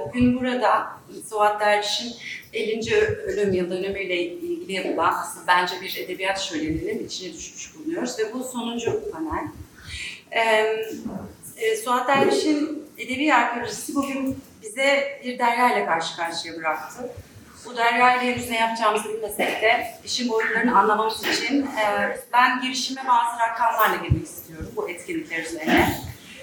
Bugün burada Suat Derviş'in 50. ölüm yıl dönümüyle ilgili yapılan aslında bence bir edebiyat şöleninin içine düşmüş bulunuyoruz ve bu sonuncu panel. Suat Derviş'in edebi arkeolojisi bugün bize bir derya ile karşı karşıya bıraktı. Bu derya ile henüz ne yapacağımızı bilmesek de işin boyutlarını anlamamız için ben girişime bazı rakamlarla girmek istiyorum bu etkinlikler üzerine.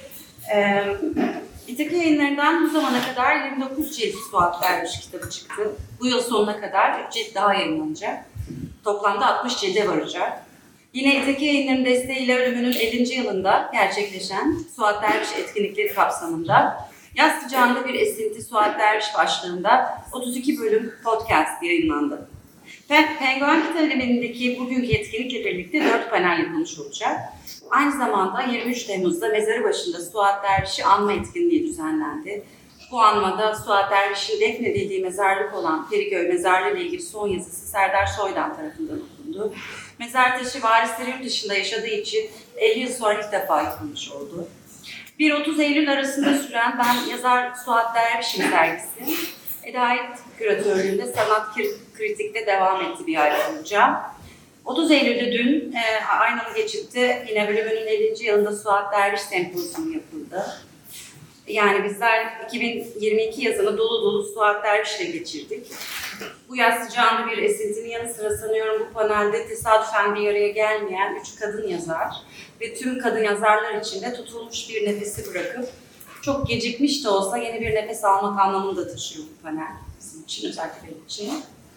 İtaki Yayınları'ndan bu zamana kadar 29 cilt Suat Derviş kitabı çıktı. Bu yıl sonuna kadar 3 cilt daha yayınlanacak. Toplamda 60 cilde varacak. Yine İtaki Yayınları'nın desteğiyle ölümünün 50. yılında gerçekleşen Suat Derviş etkinlikleri kapsamında Yaz Sıcağında Bir Esinti Suat Derviş başlığında 32 bölüm podcast yayınlandı. Penguen Kitap bugünkü etkinlikle birlikte 4 panel yapılmış olacak. Aynı zamanda 23 Temmuz'da mezarı başında Suat Derviş'i anma etkinliği düzenlendi. Bu anmada Suat Derviş'in defnedildiği mezarlık olan Feriköy Mezarlığı ile ilgili son yazısı Serdar Soydan tarafından okundu. Mezar taşı varisleri yurt dışında yaşadığı için 50 yıl sonra ilk defa yıkılmış oldu. 1-30 Eylül arasında süren Ben Yazar Suat Derviş'in sergisi, Edayet Küratörlüğü'nde sanat kritikte devam etti bir ay boyunca. 30 Eylül'de dün Aynalı Geçit'te yine ölümünün 50. yılında Suat Derviş sempozyumu yapıldı. Yani bizler 2022 yazını dolu dolu Suat Derviş'le geçirdik. Bu yaz sıcağında bir esintinin yanı sıra sanıyorum bu panelde tesadüfen bir araya gelmeyen 3 kadın yazar ve tüm kadın yazarlar için de tutulmuş bir nefesi bırakıp çok gecikmiş de olsa yeni bir nefes almak anlamını da taşıyor bu panel bizim için, özellikle benim için.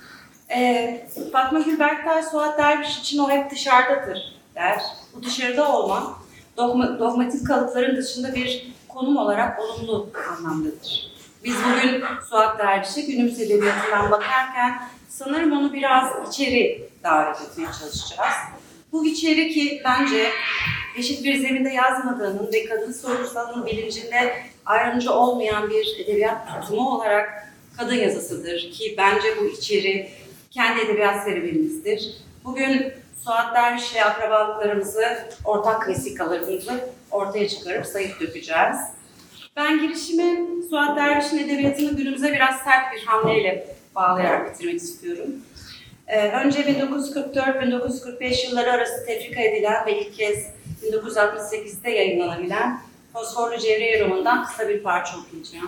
Fatma Gül Berktay Suat Derviş için o hep dışarıdadır der. Bu dışarıda olmak dogmatik kalıpların dışında bir konum olarak olumlu anlamdadır. Biz bugün Suat Derviş'e günümüz edebiyatından bakarken sanırım onu biraz içeri davet etmeye çalışacağız. Bu içeri ki bence eşit bir zeminde yazmadığının ve kadın sorunsalının bilincinde ayrımcı olmayan bir edebiyat tutumu olarak kadın yazısıdır ki bence bu içeri kendi edebiyat serüvenimizdir. Bugün Suat Derviş'le akrabalıklarımızı, ortak vesikalarımızı ortaya çıkarıp sayıp dökeceğiz. Ben girişimi Suat Derviş'in edebiyatını günümüze biraz sert bir hamleyle bağlayarak bitirmek istiyorum. Önce 1944-1945 yılları arası tefrika edilen ve ilk kez 1968'de yayınlanabilen Fosforlu Cevriye romanından kısa bir parça okuyacağım.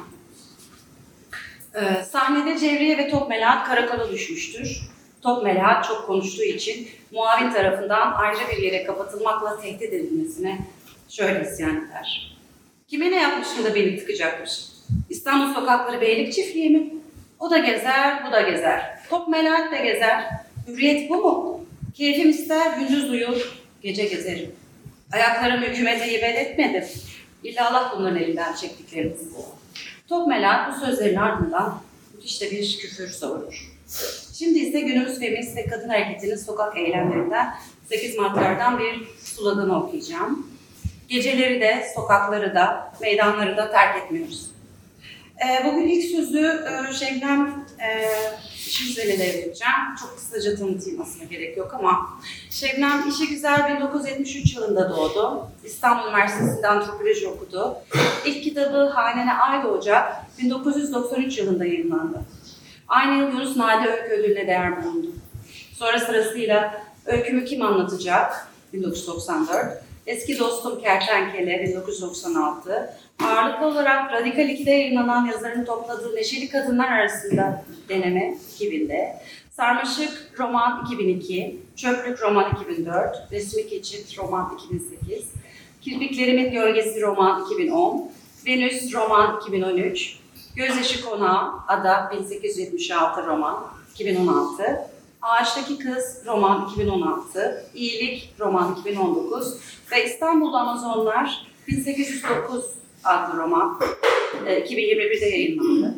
Sahnede Cevriye ve Top Melahat karakola düşmüştür. Top Melahat çok konuştuğu için muavin tarafından ayrı bir yere kapatılmakla tehdit edilmesine şöyle isyan eder. Kime ne yapmışım da beni tıkacakmış? İstanbul sokakları beylik çiftliği mi? O da gezer, bu da gezer. Top Melahat de gezer. Hürriyet bu mu? Keyfim ister, gündüz uyur, gece gezerim. Ayaklarım hükümete ibet etmedi. İllallah bunların elinden çektiklerimiz. Top Melahat bu sözlerin ardından işte bir küfür savurur. Şimdi ise günümüz feminist ve kadın hareketinin sokak eylemlerinden 8 Mart'lardan bir sloganı okuyacağım. Geceleri de, sokakları da, meydanları da terk etmiyoruz. Bugün ilk sözü Şebnem İşgüzel'e devredeceğim. Çok kısaca tanıtayım aslında gerek yok ama Şebnem İşgüzel 1973 yılında doğdu. İstanbul Üniversitesi'nde antropoloji okudu. İlk kitabı Hanene Ay Doğacak 1993 yılında yayınlandı. Aynı yıl Yunus Nadi Öykü Ödülü'ne değer bulundu. Sonra sırasıyla Öykümü Kim Anlatacak 1994, Eski Dostum Kertenkele 1996, ağırlıklı olarak Radikal 2'de yayınlanan yazarın topladığı Neşeli Kadınlar Arasında deneme 2000'de, Sarmaşık roman 2002, Çöplük roman 2004, Resmi Keçit roman 2008, Kirpiklerimin Gölgesi roman 2010, Venüs roman 2013, Gözyaşı Konağı Ada 1876 roman 2016, Ağaçtaki Kız roman 2016, İyilik roman 2019 ve İstanbul Amazonlar 1809 adlı roman 2021'de yayınlandı.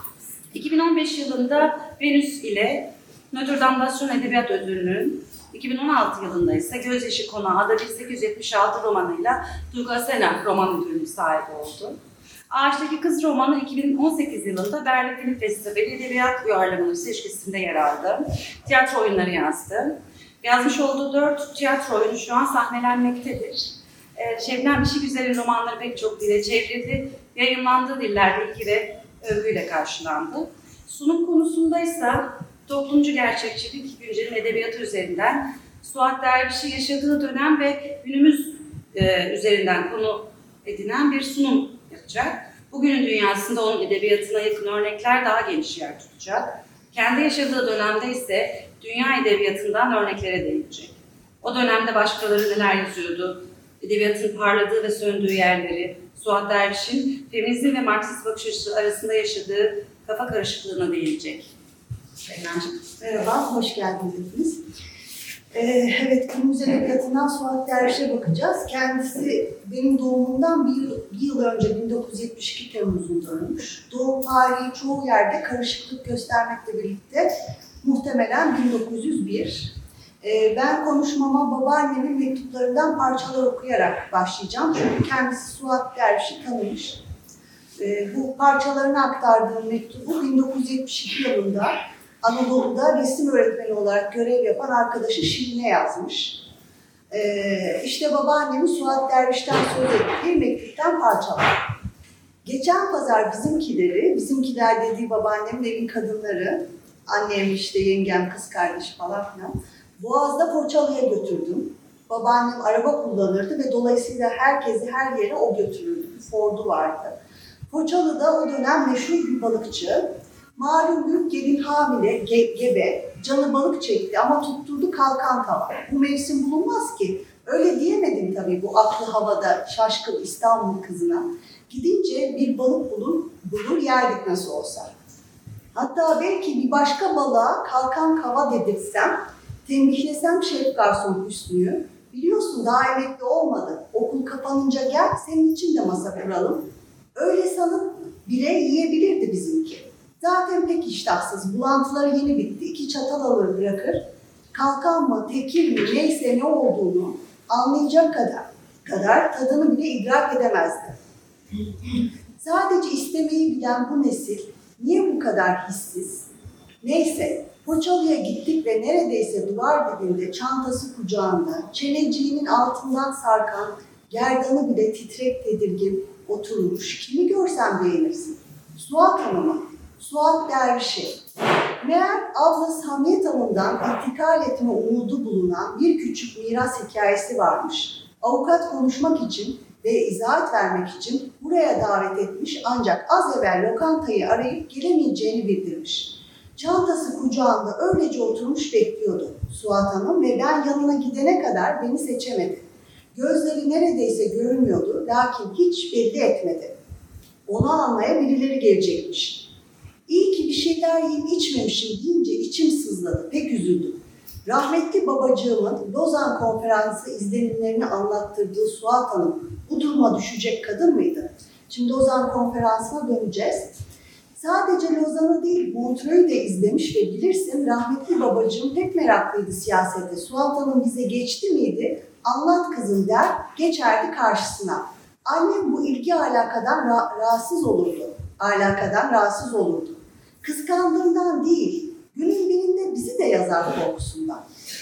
2015 yılında Venüs ile Notre Dame'dasyon Edebiyat Ödülü'nün, 2016 yılında ise Gözyaşı Konağı Ada 1876 romanıyla Duygu Asena roman ödülünün sahibi oldu. Ağaçtaki Kız romanı 2018 yılında Berlin Film Festivali Edebiyat Uyarlamaları seçkisinde yer aldı. Tiyatro oyunları yazdı. Yazmış olduğu 4 tiyatro oyunu şu an sahnelenmektedir. Şebnem İşgüzel'in romanları pek çok dile çevrildi. Yayınlandığı dillerde 2 ve övgüyle karşılandı. Sunum konusundaysa toplumcu gerçekçilik, güncelin edebiyatı üzerinden Suat Derviş'i yaşadığı dönem ve günümüz üzerinden konu edinen bir sunum yapacak. Bugünün dünyasında onun edebiyatına yakın örnekler daha geniş yer tutacak. Kendi yaşadığı dönemde ise dünya edebiyatından örneklere değinecek. O dönemde başkaları neler yazıyordu, edebiyatın parladığı ve söndüğü yerleri, Suat Derviş'in feminizm ve Marksist bakış açısı arasında yaşadığı kafa karışıklığına değinecek. Merhaba, hoş geldiniz hepiniz. Evet, günümüz edebiyatından Suat Derviş'e bakacağız. Kendisi benim doğumumdan bir yıl önce 1972 Temmuz'unda ölmüş. Doğum tarihi çoğu yerde karışıklık göstermekle birlikte muhtemelen 1901. Ben konuşmama babaannemin mektuplarından parçalar okuyarak başlayacağım. Çünkü kendisi Suat Derviş'i tanımış. Bu parçalarını aktardığım mektubu 1972 yılında Anadolu'da resim öğretmeni olarak görev yapan arkadaşı Şirin'e yazmış. İşte babaannemin Suat Derviş'ten söz ettiği mektuptan parçalar. Geçen pazar bizimkiler dediği babaannemin evin kadınları, annem işte yengem, kız kardeşi falan filan, Boğaz'da Poçalı'ya götürdüm. Babaannem araba kullanırdı ve dolayısıyla herkesi her yere o götürürdü. Bir Ford'u vardı. Poçalı'da o dönem meşhur bir balıkçı. Malum büyük gelin hamile, gebe, canı balık çekti ama tutturdu kalkan tava. Bu mevsim bulunmaz ki. Öyle diyemedim tabii bu aklı havada şaşkın İstanbul kızına. Gidince bir balık bulur yerdik nasıl olsa. Hatta belki bir başka balığa kalkan kava dedirsem, tembihlesem şef garson Hüsnü'yü. Biliyorsun daha emekli olmadı. Okul kapanınca gel senin için de masa kuralım. Öyle sanıp bile yiyebilirdi bizimki. Zaten pek iştahsız, bulantıları yeni bitti. 2 çatal alır bırakır. Kalkan mı, tekir mi, neyse ne olduğunu anlayacak kadar tadını bile idrak edemezdi. Sadece istemeyi bilen bu nesil niye bu kadar hissiz? Neyse, Poçalı'ya gittik ve neredeyse duvar dibinde, çantası kucağında, çeneciğinin altından sarkan, gerdanı bile titrek tedirgin oturmuş. Kimi görsen beğenirsin. Suat Hanım'ı. Suat Derviş'i. Meğer ablası Hamiyet Hanım'dan intikal etme umudu bulunan bir küçük miras hikayesi varmış. Avukat konuşmak için ve izahat vermek için buraya davet etmiş ancak az evvel lokantayı arayıp gelemeyeceğini bildirmiş. Çantası kucağında öylece oturmuş bekliyordu Suat Hanım ve ben yanına gidene kadar beni seçemedi. Gözleri neredeyse görünmüyordu lakin hiç belli etmedi. Onu almaya birileri gelecekmiş. İyi ki bir şeyler yiyip içmemişim deyince içim sızladı, pek üzüldüm. Rahmetli babacığımın Lozan Konferansı izlenimlerini anlattırdığı Suat Hanım bu duruma düşecek kadın mıydı? Şimdi Lozan Konferansı'na döneceğiz. Sadece Lozan'ı değil, Montreux'u de izlemiş ve bilirsin rahmetli babacığım pek meraklıydı siyasete. Suat Hanım bize geçti miydi? Anlat kızım der, geçerdi karşısına. Annem bu ilgi alakadan rahatsız olurdu. Kıskandığından değil, günün birinde bizi de yazar korkusundan.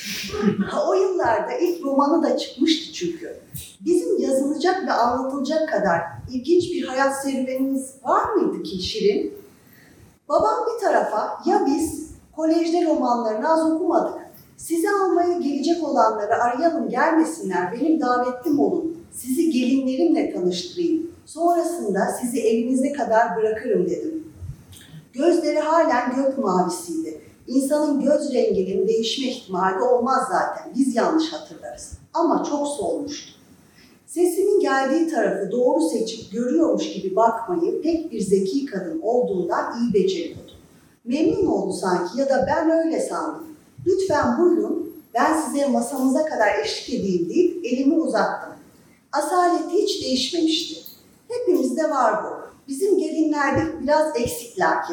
O yıllarda ilk romanı da çıkmıştı çünkü. Bizim yazılacak ve anlatılacak kadar ilginç bir hayat serüvenimiz var mıydı ki Şirin? Babam bir tarafa, ya biz kolejde romanlarını az okumadık. Sizi almaya gelecek olanları arayalım gelmesinler, benim davetlim olun. Sizi gelinlerimle tanıştırayım. Sonrasında sizi evinize kadar bırakırım dedim. Gözleri halen gök mavisiydi. İnsanın göz renginin değişme ihtimali olmaz zaten. Biz yanlış hatırlarız. Ama çok solmuştu. Sesinin geldiği tarafı doğru seçip görüyormuş gibi bakmayı pek bir zeki kadın olduğundan iyi beceriyordu. Memnun oldu sanki ya da ben öyle sandım. Lütfen buyurun, ben size masamıza kadar eşlik edeyim deyip elimi uzattım. Asaleti hiç değişmemişti. Hepimizde var bu. Bizim gelinlerde biraz eksik lakin.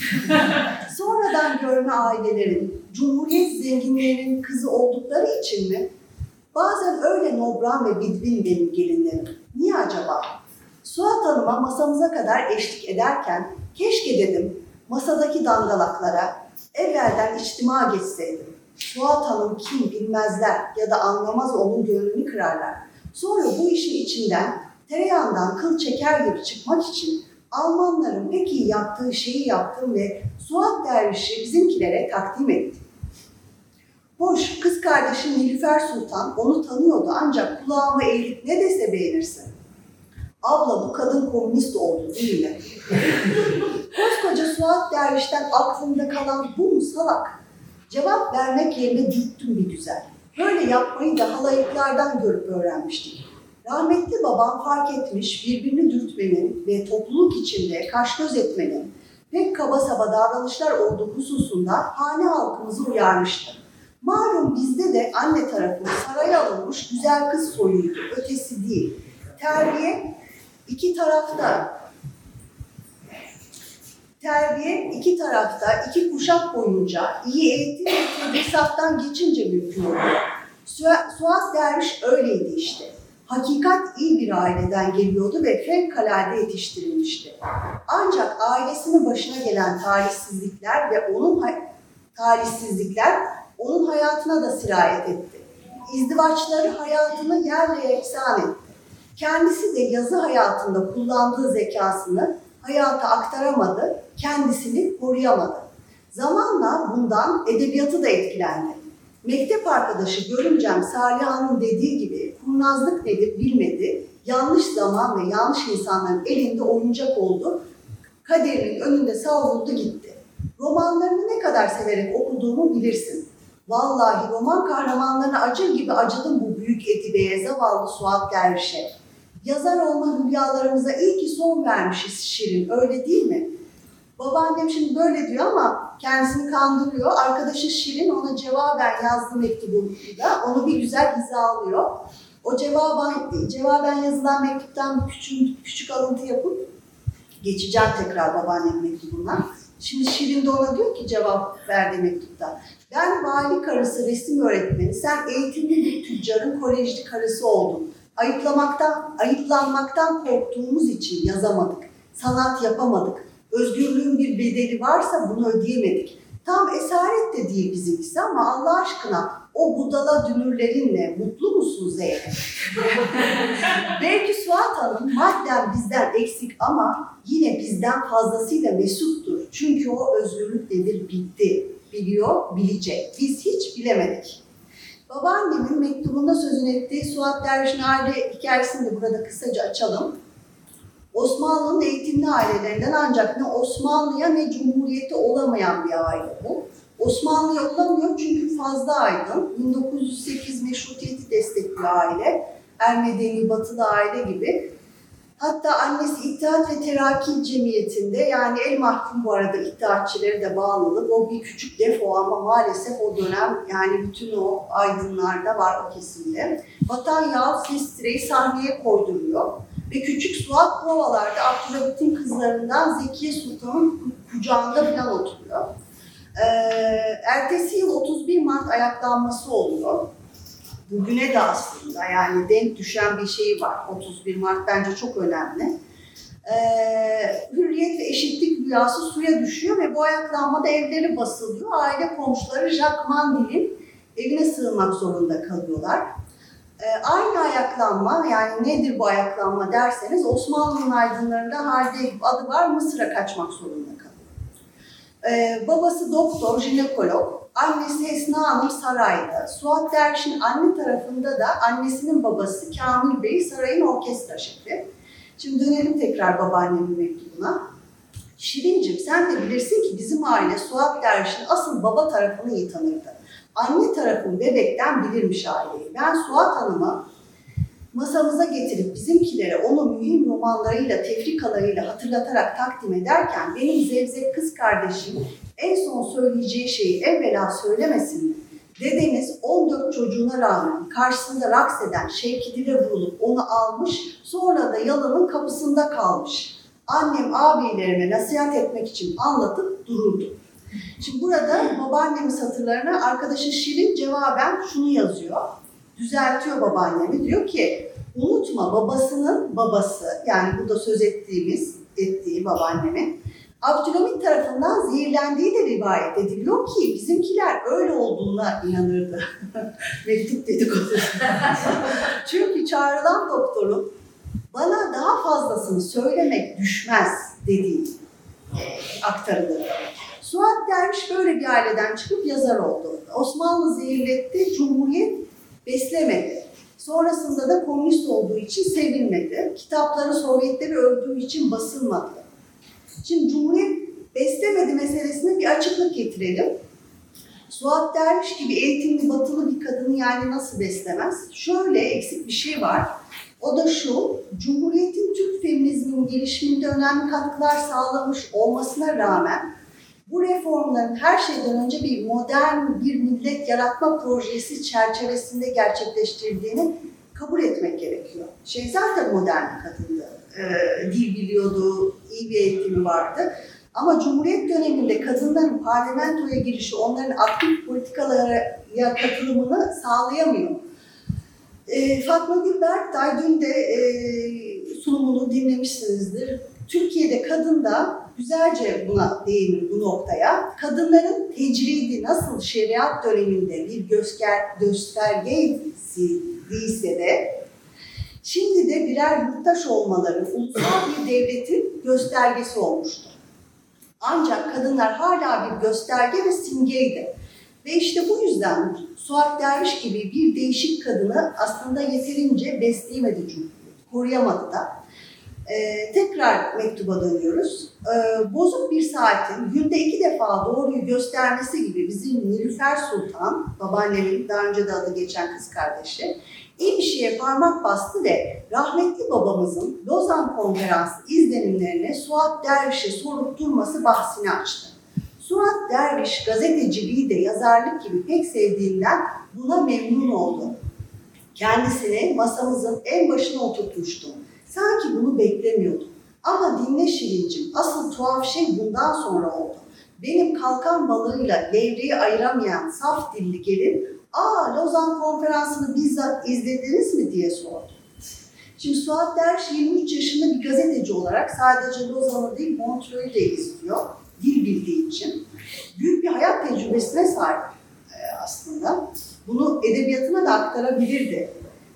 Sonradan görme ailelerin, cumhuriyet zenginlerinin kızı oldukları için mi? Bazen öyle nobran ve bidbin benim gelinlerim. Niye acaba? Suat Hanım'a masamıza kadar eşlik ederken keşke dedim masadaki dangalaklara evvelden içtima geçseydim. Suat Hanım kim bilmezler ya da anlamaz onun gönlünü kırarlar. Sonra bu işin içinden tereyağından kıl çeker gibi çıkmak için Almanların pek iyi yaptığı şeyi yaptım ve Suat Derviş'i bizimkilere takdim ettim. Hoş, kız kardeşim Nilüfer Sultan onu tanıyordu ancak kulağıma eğilip ne dese beğenirsin. Abla bu kadın komünist oldu değil mi? Koskoca Suat Derviş'ten aklımda kalan bu mu salak? Cevap vermek yerine dürttüm bir güzel. Böyle yapmayı da halayıklardan görüp öğrenmiştik. Rahmetli babam fark etmiş birbirini dürtmenin ve topluluk içinde kaş göz etmenin pek kaba saba davranışlar olduğu hususunda hane halkımızı uyarmıştı. Malum bizde de anne tarafı saraya alınmış güzel kız soyuydu, ötesi değil. Terbiye iki tarafta, iki kuşak boyunca iyi eğitim ve tedrisattan geçince mümkün oluyor. Suat Derviş öyleydi işte. Hakikat iyi bir aileden geliyordu ve fevkalade yetiştirilmişti. Ancak ailesinin başına gelen talihsizlikler onun hayatına da sirayet etti. İzdivaçları hayatını yerle yeksan etti. Kendisi de yazı hayatında kullandığı zekasını hayata aktaramadı, kendisini koruyamadı. Zamanla bundan edebiyatı da etkilendi. Mektep arkadaşı görümcem Saliha'nın dediği gibi kurnazlık nedir bilmedi, yanlış zaman ve yanlış insanların elinde oyuncak oldu, kaderinin önünde savruldu gitti. Romanlarını ne kadar severek okuduğumu bilirsin. Vallahi roman kahramanlarına acır gibi acıdım bu büyük edibeye, zavallı Suat Derviş'e. Yazar olma hülyalarımıza iyi ki son vermişiz Şirin, öyle değil mi? Babaannem şimdi böyle diyor ama kendisini kandırıyor. Arkadaşı Şirin ona cevaben yazdığı mektubuyla onu bir güzel hizalıyor. O cevaben yazılan mektuptan küçük alıntı yapıp geçeceğim tekrar babaannemin mektubundan. Şimdi Şirin de ona diyor ki cevap verdiği mektupta. Ben vali karısı resim öğretmeni, sen eğitimli bir tüccarın kolejli karısı oldun. Ayıplanmaktan korktuğumuz için yazamadık, sanat yapamadık. Özgürlüğün bir bedeli varsa bunu ödeyemedik. Tam esaret de değil bizimkisi ama Allah aşkına o budala dünürlerinle mutlu musun Zeynep? Belki Suat Hanım madden bizden eksik ama yine bizden fazlasıyla mesuttur. Çünkü o özgürlük nedir bitti. Biliyor, bilecek. Biz hiç bilemedik. Babaannemin mektubunda sözünü ettiği Suat Derviş'in aile hikayesini de burada kısaca açalım. Osmanlı'nın eğitimli ailelerinden ancak ne Osmanlı'ya ne Cumhuriyeti olamayan bir aile bu. Osmanlı'ya olamıyor çünkü fazla aydın. 1908 meşrutiyeti destekliyor aile. Ermedeni, batılı aile gibi. Hatta annesi İttihat ve Terakki Cemiyeti'nde, yani el mahkum bu arada İttihatçilere de bağlılık. O bir küçük defo ama maalesef o dönem yani bütün o aydınlarda var o kesimde. Vatan Yağ Sestire'yi sahneye koyduruyor. Ve küçük Suat provalarda Abdülhamit'in kızlarından Zekiye Sultan'ın kucağında falan oturuyor. Ertesi yıl 31 Mart ayaklanması oluyor. Bugüne de aslında yani denk düşen bir şey var. 31 Mart bence çok önemli. Hürriyet ve eşitlik rüyası suya düşüyor ve bu ayaklanmada evleri basılıyor. Aile komşuları Jacques Mandil'in evine sığınmak zorunda kalıyorlar. Aynı ayaklanma, yani nedir bu ayaklanma derseniz Osmanlı'nın aydınlarında Halide Edip adı var, Mısır'a kaçmak zorunda kalıyor. Babası doktor, jinekolog, annesi Esna Hanım sarayda. Suat Derviş'in anne tarafında da annesinin babası Kamil Bey sarayın orkestra şefi. Şimdi dönelim tekrar babaannemin mektubuna. Şirincim sen de bilirsin ki bizim aile Suat Derviş'in asıl baba tarafını iyi tanırdı. Anne tarafım bebekten bilirmiş aileyi. Ben Suat Hanım'ı masamıza getirip bizimkilere onu mühim romanlarıyla, tefrikalarıyla hatırlatarak takdim ederken benim zevzek kız kardeşim en son söyleyeceği şeyi evvela söylemesin mi? Dedeniz 14 çocuğuna rağmen karşısında raks eden Şevki Dile vurulup onu almış, sonra da yalanın kapısında kalmış. Annem ağabeylerime nasihat etmek için anlatıp dururdu. Şimdi burada babaannemin satırlarına arkadaşı Şirin cevaben şunu yazıyor. Düzeltiyor babaannemi. Diyor ki unutma babasının babası, yani burada söz ettiği babaannemin Abdülhamit tarafından zehirlendiği de rivayet ediliyor ki bizimkiler öyle olduğuna inanırdı. Mektup dedikodu. Çünkü çağrılan doktorun bana daha fazlasını söylemek düşmez. dediği aktarılır. Suat Derviş böyle bir aileden çıkıp yazar oldu. Osmanlı zehirletti, Cumhuriyet beslemedi. Sonrasında da komünist olduğu için sevilmedi. Kitapları Sovyetleri övdüğü için basılmadı. Şimdi Cumhuriyet beslemedi meselesine bir açıklık getirelim. Suat Derviş gibi eğitimli batılı bir kadını yani nasıl beslemez? Şöyle eksik bir şey var. O da şu, Cumhuriyet'in Türk feminizminin gelişiminde önemli katkılar sağlamış olmasına rağmen bu reformların her şeyden önce bir modern bir millet yaratma projesi çerçevesinde gerçekleştirdiğini kabul etmek gerekiyor. Zaten modern bir kadındı. Dil biliyordu, iyi bir eğitimi vardı. Ama Cumhuriyet döneminde kadınların parlamentoya girişi, onların aktif politikalara katılımını sağlayamıyor. Fatma Gül Berktay, dün de sunumunu dinlemişsinizdir. Türkiye'de kadın da güzelce buna değinir bu noktaya. Kadınların tecridi nasıl şeriat döneminde bir göstergeyse de şimdi de birer yurttaş olmaları ulusal bir devletin göstergesi olmuştur. Ancak kadınlar hala bir gösterge ve simgeydi. Ve işte bu yüzden Suat Derviş gibi bir değişik kadını aslında yeterince besleyemedi Cumhuriyet, koruyamadı da. Tekrar mektuba dönüyoruz. Bozuk bir saatin günde 2 defa doğruyu göstermesi gibi bizim Nilüfer Sultan, babaannemin daha önce de adı geçen kız kardeşi, iyi bir şeye parmak bastı ve rahmetli babamızın Lozan Konferansı izlenimlerine Suat Derviş'e sorup durması bahsini açtı. Suat Derviş gazeteciliği de yazarlık gibi pek sevdiğinden buna memnun oldu. Kendisini masamızın en başına oturtmuştu. Sanki bunu beklemiyordum. Ama dinle Şirincim, asıl tuhaf şey bundan sonra oldu. Benim kalkan balığıyla levreyi ayıramayan saf dilli gelin, Lozan Konferansı'nı bizzat izlediniz mi diye sordu. Şimdi Suat Derviş 23 yaşında bir gazeteci olarak sadece Lozan'ı değil Montreux'u de izliyor. Dil bildiği için. Büyük bir hayat tecrübesine sahip aslında. Bunu edebiyatına da aktarabilirdi.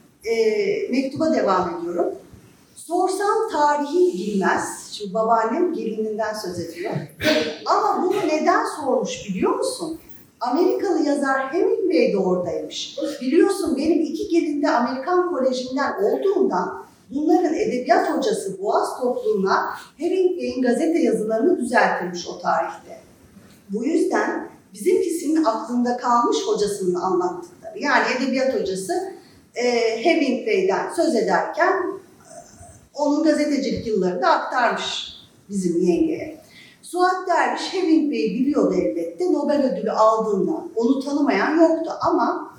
Mektuba devam ediyorum. Sorsam tarihi bilmez. Şimdi babaannem gelininden söz ediyor. Ama bunu neden sormuş biliyor musun? Amerikalı yazar Hemingway de oradaymış. Biliyorsun benim 2 gelin de Amerikan Koleji'nden olduğundan bunların edebiyat hocası Boğaz topluluğuna Hemingway'in gazete yazılarını düzeltmiş o tarihte. Bu yüzden bizimkisinin aklında kalmış hocasının anlattıkları. Yani edebiyat hocası Hemingway'den söz ederken onun gazetecilik yıllarını da aktarmış bizim yengeye. Suat Derviş Hemingway'i biliyordu elbette. Nobel ödülü aldığından onu tanımayan yoktu ama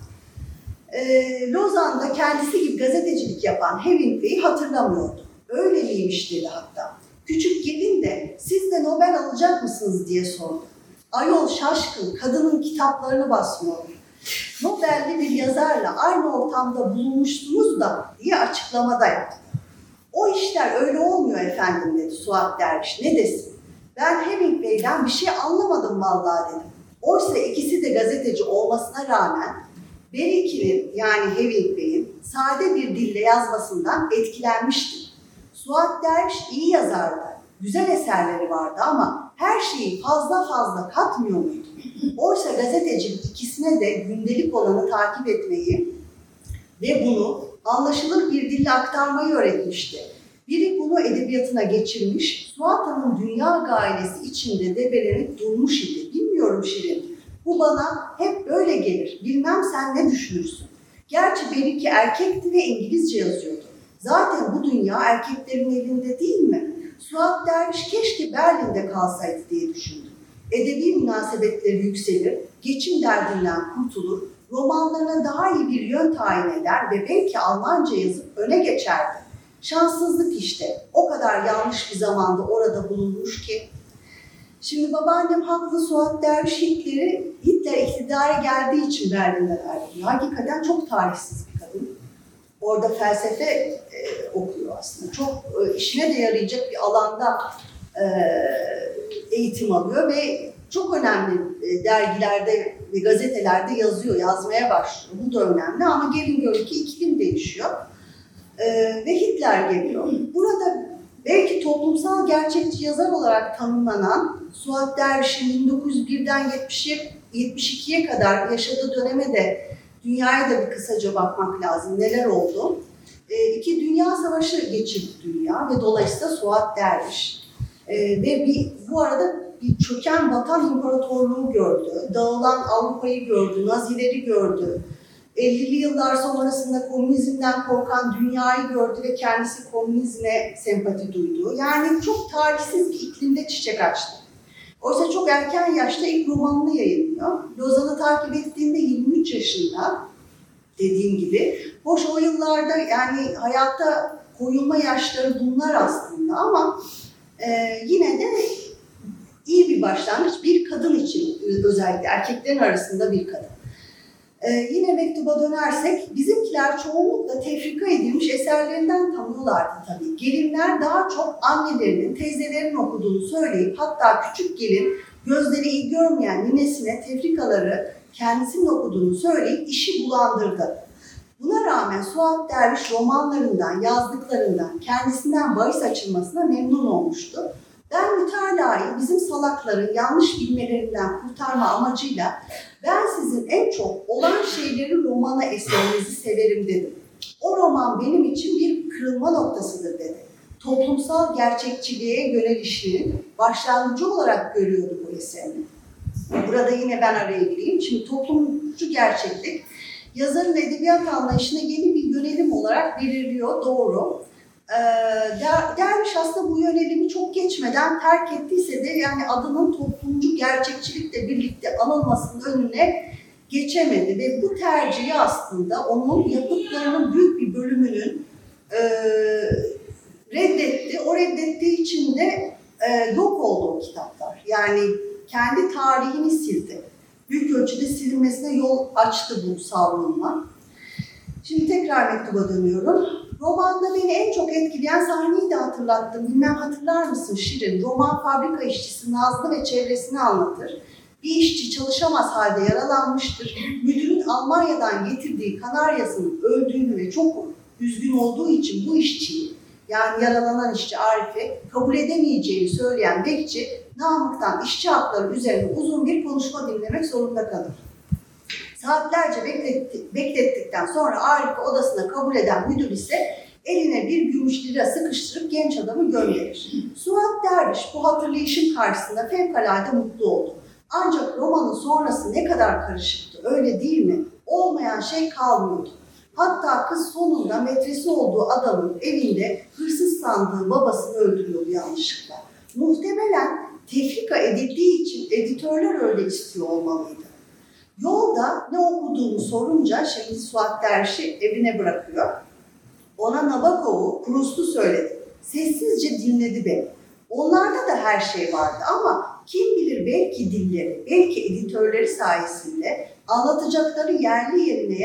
Lozan'da kendisi gibi gazetecilik yapan Hemingway'i hatırlamıyordu. Öyle miymiş dedi hatta. Küçük gelin de siz de Nobel alacak mısınız diye sordu. Ayol şaşkın, kadının kitaplarını basmıyor. Nobel'li bir yazarla aynı ortamda bulunmuşsunuz da diye açıklamada yaptı. O işler öyle olmuyor efendim dedi Suat Derviş. Ne desin? Ben Hemingway'den bir şey anlamadım vallahi dedim. Oysa ikisi de gazeteci olmasına rağmen Berikir'in yani Hemingway'in sade bir dille yazmasından etkilenmiştim. Suat Derviş iyi yazardı. Güzel eserleri vardı ama her şeyi fazla katmıyor muydu? Oysa gazetecilik ikisine de gündelik olanı takip etmeyi ve bunu anlaşılır bir dille aktarmayı öğretmişti. Biri bunu edebiyatına geçirmiş, Suat Hanım dünya gailesi içinde debelenip durmuş idi. Bilmiyorum Şirin, bu bana hep böyle gelir. Bilmem sen ne düşünürsün? Gerçi belki erkekti ve İngilizce yazıyordu. Zaten bu dünya erkeklerin elinde değil mi? Suat Derviş keşke Berlin'de kalsaydı diye düşündüm. Edebi münasebetleri yükselir, geçim derdinden kurtulur, romanlarına daha iyi bir yön tayin eder ve belki Almanca yazıp öne geçerdi. Şanssızlık işte. O kadar yanlış bir zamanda orada bulunmuş ki. Şimdi babaannem haklı, Suat Derviş Hitler iktidara geldiği için Berlin'de verdi. Hakikaten çok tarihsiz bir kadın. Orada felsefe okuyor aslında. Çok işine de yarayacak bir alanda eğitim alıyor ve çok önemli dergilerde ve gazetelerde yazmaya başlıyor. Bu da önemli ama gelin gör ki iklim değişiyor. Ve Hitler geliyor. Burada Belki toplumsal gerçekçi yazar olarak tanımlanan Suat Derviş'in 1901'den 72'ye kadar yaşadığı döneme de dünyaya da bir kısaca bakmak lazım. Neler oldu? İki Dünya Savaşı geçirdi dünya ve dolayısıyla Suat Derviş. Ve bu arada bir çöken vatan imparatorluğu gördü, dağılan Avrupa'yı gördü, Nazileri gördü. 50'li yıllar sonrasında komünizmden korkan dünyayı gördü ve kendisi komünizme sempati duydu. Yani çok tarihsiz bir iklimde çiçek açtı. Oysa çok erken yaşta ilk romanını yayınlıyor. Lozan'ı takip ettiğinde 23 yaşında, dediğim gibi. Hoş o yıllarda yani hayatta koyulma yaşları bunlar aslında ama yine de iyi bir başlangıç bir kadın için, özellikle erkeklerin arasında bir kadın. Yine mektuba dönersek, bizimkiler çoğunlukla tefrika edilmiş eserlerinden tanıyorlardı tabii. Gelinler daha çok annelerinin, teyzelerinin okuduğunu söyleyip, hatta küçük gelin gözleri iyi görmeyen ninesine tefrikaları kendisinin okuduğunu söyleyip işi bulandırdı. Buna rağmen Suat Derviş romanlarından, yazdıklarından, kendisinden bahis açılmasına memnun olmuştu. Ben mütalayı bizim salakların yanlış bilmelerinden kurtarma amacıyla ben sizin en çok olan şeyleri romanı eserinizi severim dedim. O roman benim için bir kırılma noktasıdır dedi. Toplumsal gerçekçiliğe yönelişinin başlangıcı olarak görüyordu bu eserini. Burada yine ben araya gireyim. Şimdi toplumcu gerçeklik yazarın edebiyat anlayışına yeni bir yönelim olarak belirliyor, doğru. Derviş aslında bu yönelimi çok geçmeden terk ettiyse de yani adının toplumcu gerçekçilikle birlikte anılmasının önüne geçemedi ve bu tercihi aslında onun yapıtlarının büyük bir bölümünün reddetti. O reddettiği için de yok oldu o kitaplar. Yani kendi tarihini sildi. Büyük ölçüde silinmesine yol açtı bu savrulma. Şimdi tekrar mektuba dönüyorum. Romanda beni en çok etkileyen sahneyi de hatırlattım. Bilmem hatırlar mısın Şirin? Roman fabrika işçisi Nazlı ve çevresini anlatır. Bir işçi çalışamaz halde yaralanmıştır. Müdürün Almanya'dan getirdiği kanaryasının öldüğünü ve çok üzgün olduğu için bu işçiyi, yani yaralanan işçi Arif'i kabul edemeyeceğini söyleyen bekçi, Namık'tan işçi hakları üzerine uzun bir konuşma dinlemek zorunda kalır. Saatlerce beklettikten sonra Arif'i odasına kabul eden müdür ise eline bir gümüş lira sıkıştırıp genç adamı gönderir. Suat Derviş bu hatırlayışın karşısında fevkalade mutlu oldu. Ancak romanın sonrası ne kadar karışıktı, öyle değil mi? Olmayan şey kalmıyordu. Hatta kız sonunda metresi olduğu adamın evinde hırsız sandığı babasını öldürüyordu yanlışlıkla. Muhtemelen tefrika edildiği için editörler öyle istiyor olmalıydı. Yolda ne okuduğunu sorunca şimdi Suat Derviş'i evine bırakıyor. Ona Nabokov'u, Proust'u söyledi. Sessizce dinledi beni. Onlarda da her şey vardı ama kim bilir belki dilleri, belki editörleri sayesinde anlatacaklarını yerli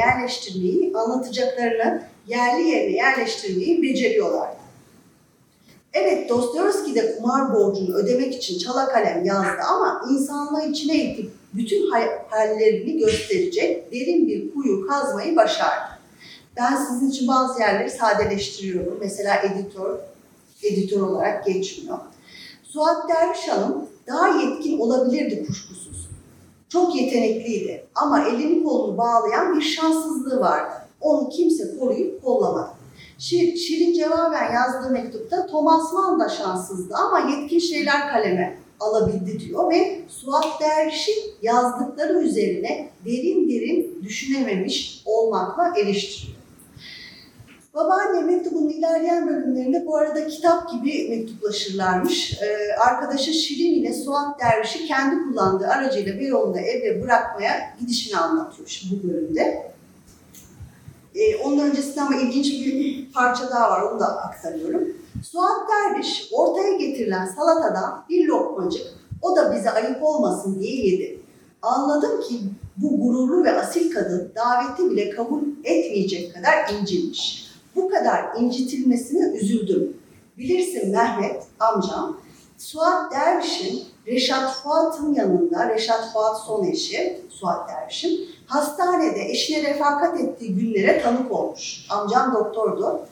yerine yerleştirmeyi beceriyorlardı. Evet, Dostoyevski de kumar borcunu ödemek için çala kalem yazdı ama insanlığı içine itip bütün hallerini gösterecek derin bir kuyu kazmayı başardı. Ben sizin için bazı yerleri sadeleştiriyorum. Mesela editör olarak geçmiyor. Suat Derviş Hanım daha yetkin olabilirdi kuşkusuz. Çok yetenekliydi ama elini kolunu bağlayan bir şanssızlığı vardı. Onu kimse koruyup kollamadı. Şirin cevaben yazdığı mektupta Thomas Mann da şanssızdı ama yetkin şeyler kaleme alabildi diyor ve Suat Derviş'in yazdıkları üzerine derin düşünememiş olmakla eleştiriyor. Babaanne mektubunun ilerleyen bölümlerinde bu arada kitap gibi mektuplaşırlarmış. Arkadaşı Şirin ile Suat Derviş'i kendi kullandığı aracıyla Beyoğlu'nda eve bırakmaya gidişini anlatıyor şimdi bu bölümde. Onun öncesinde ama ilginç bir parça daha var, onu da aktarıyorum. Suat Derviş ortaya getirilen salatadan bir lokmacık, o da bize ayıp olmasın diye yedi. Anladım ki bu gururlu ve asil kadın daveti bile kabul etmeyecek kadar incinmiş. Bu kadar incitilmesine üzüldüm. Bilirsin Mehmet, amcam, Suat Derviş'in Reşat Fuat'ın yanında, Reşat Fuat son eşi, Suat Derviş'in, hastanede eşine refakat ettiği günlere tanık olmuş. Amcam doktordu.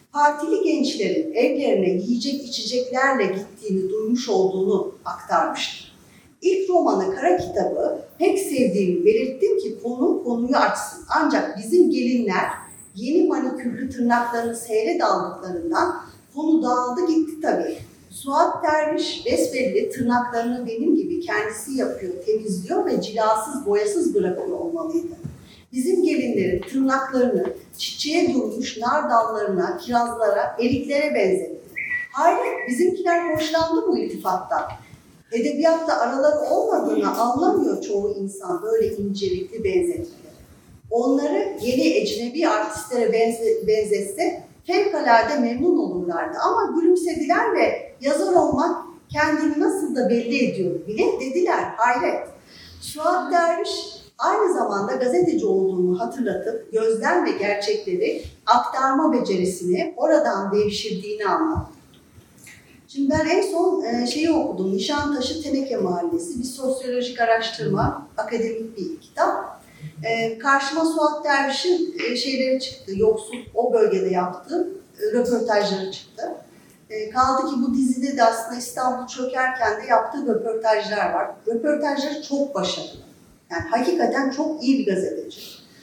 partili gençlerin evlerine yiyecek içeceklerle gittiğini duymuş olduğunu aktarmıştır. İlk romanı Kara Kitabı pek sevdiğimi belirttim ki konuyu açsın. Ancak bizim gelinler yeni manikürlü tırnaklarını seyre daldıklarından konu dağıldı gitti tabii. Suat Derviş besbelli tırnaklarını benim gibi kendisi yapıyor, temizliyor ve cilasız, boyasız bırakıyor olmalıydı. Bizim gelinlerin tırnaklarını çiçeğe durmuş nar dallarına, kirazlara, eriklere benzetti. Hayret, bizimkiler hoşlandı bu iltifattan. Edebiyatta araları olmadığını anlamıyor çoğu insan böyle incelikli benzetmeleri. Onları yeni ecnebi artistlere benzetse fevkalade memnun olurlardı ama gülümsediler ve yazar olmak kendini nasıl da belli ediyor bile dediler, hayret. Suat Derviş aynı zamanda gazeteci olduğunu hatırlatıp gözlem ve gerçekleri aktarma becerisini oradan devşirdiğini anlattı. Şimdi ben en son şeyi okudum, Nişantaşı Teneke Mahallesi, bir sosyolojik araştırma, akademik bir kitap. Karşıma Suat Derviş'in şeyleri çıktı, yoksul o bölgede yaptığı röportajları çıktı. Kaldı ki bu dizide de aslında İstanbul çökerken de yaptığı röportajlar var. Röportajları çok başarılı. Yani hakikaten çok iyi bir gazeteci.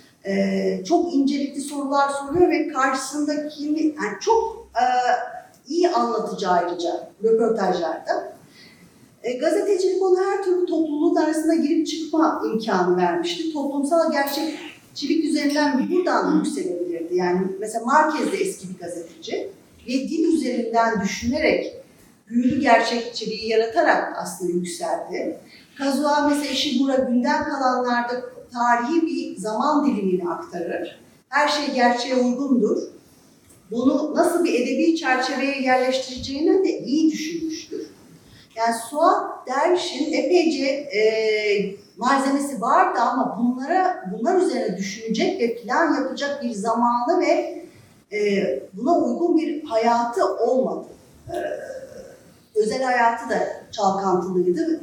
Çok incelikli sorular soruyor ve karşısındakini yani çok iyi anlatıcı ayrıca röportajlarda. Gazetecilik ona her türlü topluluğun arasında girip çıkma imkanı vermişti. Toplumsal gerçekçilik üzerinden buradan yükselebilirdi. Yani mesela Marquez de eski bir gazeteci ve dil üzerinden düşünerek büyülü gerçekçiliği yaratarak aslında yükseldi. Kazuha mesela Ishiguro günden kalanlarda tarihi bir zaman dilimini aktarır. Her şey gerçeğe uygundur. Bunu nasıl bir edebi çerçeveye yerleştireceğini de iyi düşünmüştür. Yani Suat Derviş'in epeyce malzemesi vardı ama bunlar üzerine düşünecek ve plan yapacak bir zamanı ve buna uygun bir hayatı olmadı. Özel hayatı da çalkantılıydı.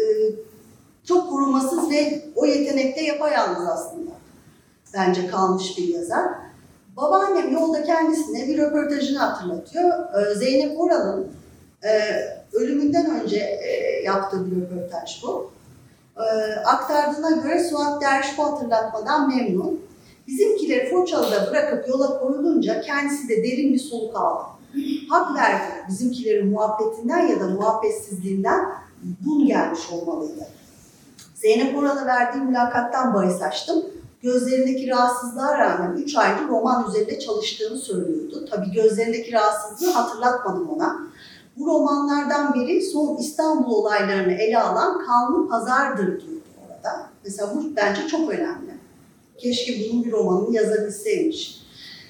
Çok korumasız ve o yetenekte yapayalnız aslında. Bence kalmış bir yazar. Babaannem yolda kendisine bir röportajını hatırlatıyor. Zeynep Oral'ın ölümünden önce yaptığı bir röportaj bu. Aktardığına göre Suat Derviş bu hatırlatmadan memnun. Bizimkileri Foçalı'da bırakıp yola koyulunca kendisi de derin bir soluk aldı. Hak verdi, bizimkilerin muhabbetinden ya da muhabbetsizliğinden bun gelmiş olmalıydı. Zeynep Oral'a verdiği mülakattan bahis açtım. Gözlerindeki rahatsızlığa rağmen 3 aydır roman üzerinde çalıştığını söylüyordu. Tabii gözlerindeki rahatsızlığı hatırlatmadım ona. Bu romanlardan biri son İstanbul olaylarını ele alan Kanlı Pazar'dır diyordu orada. Mesela bu bence çok önemli. Keşke bunun bir romanını yazabilseymiş.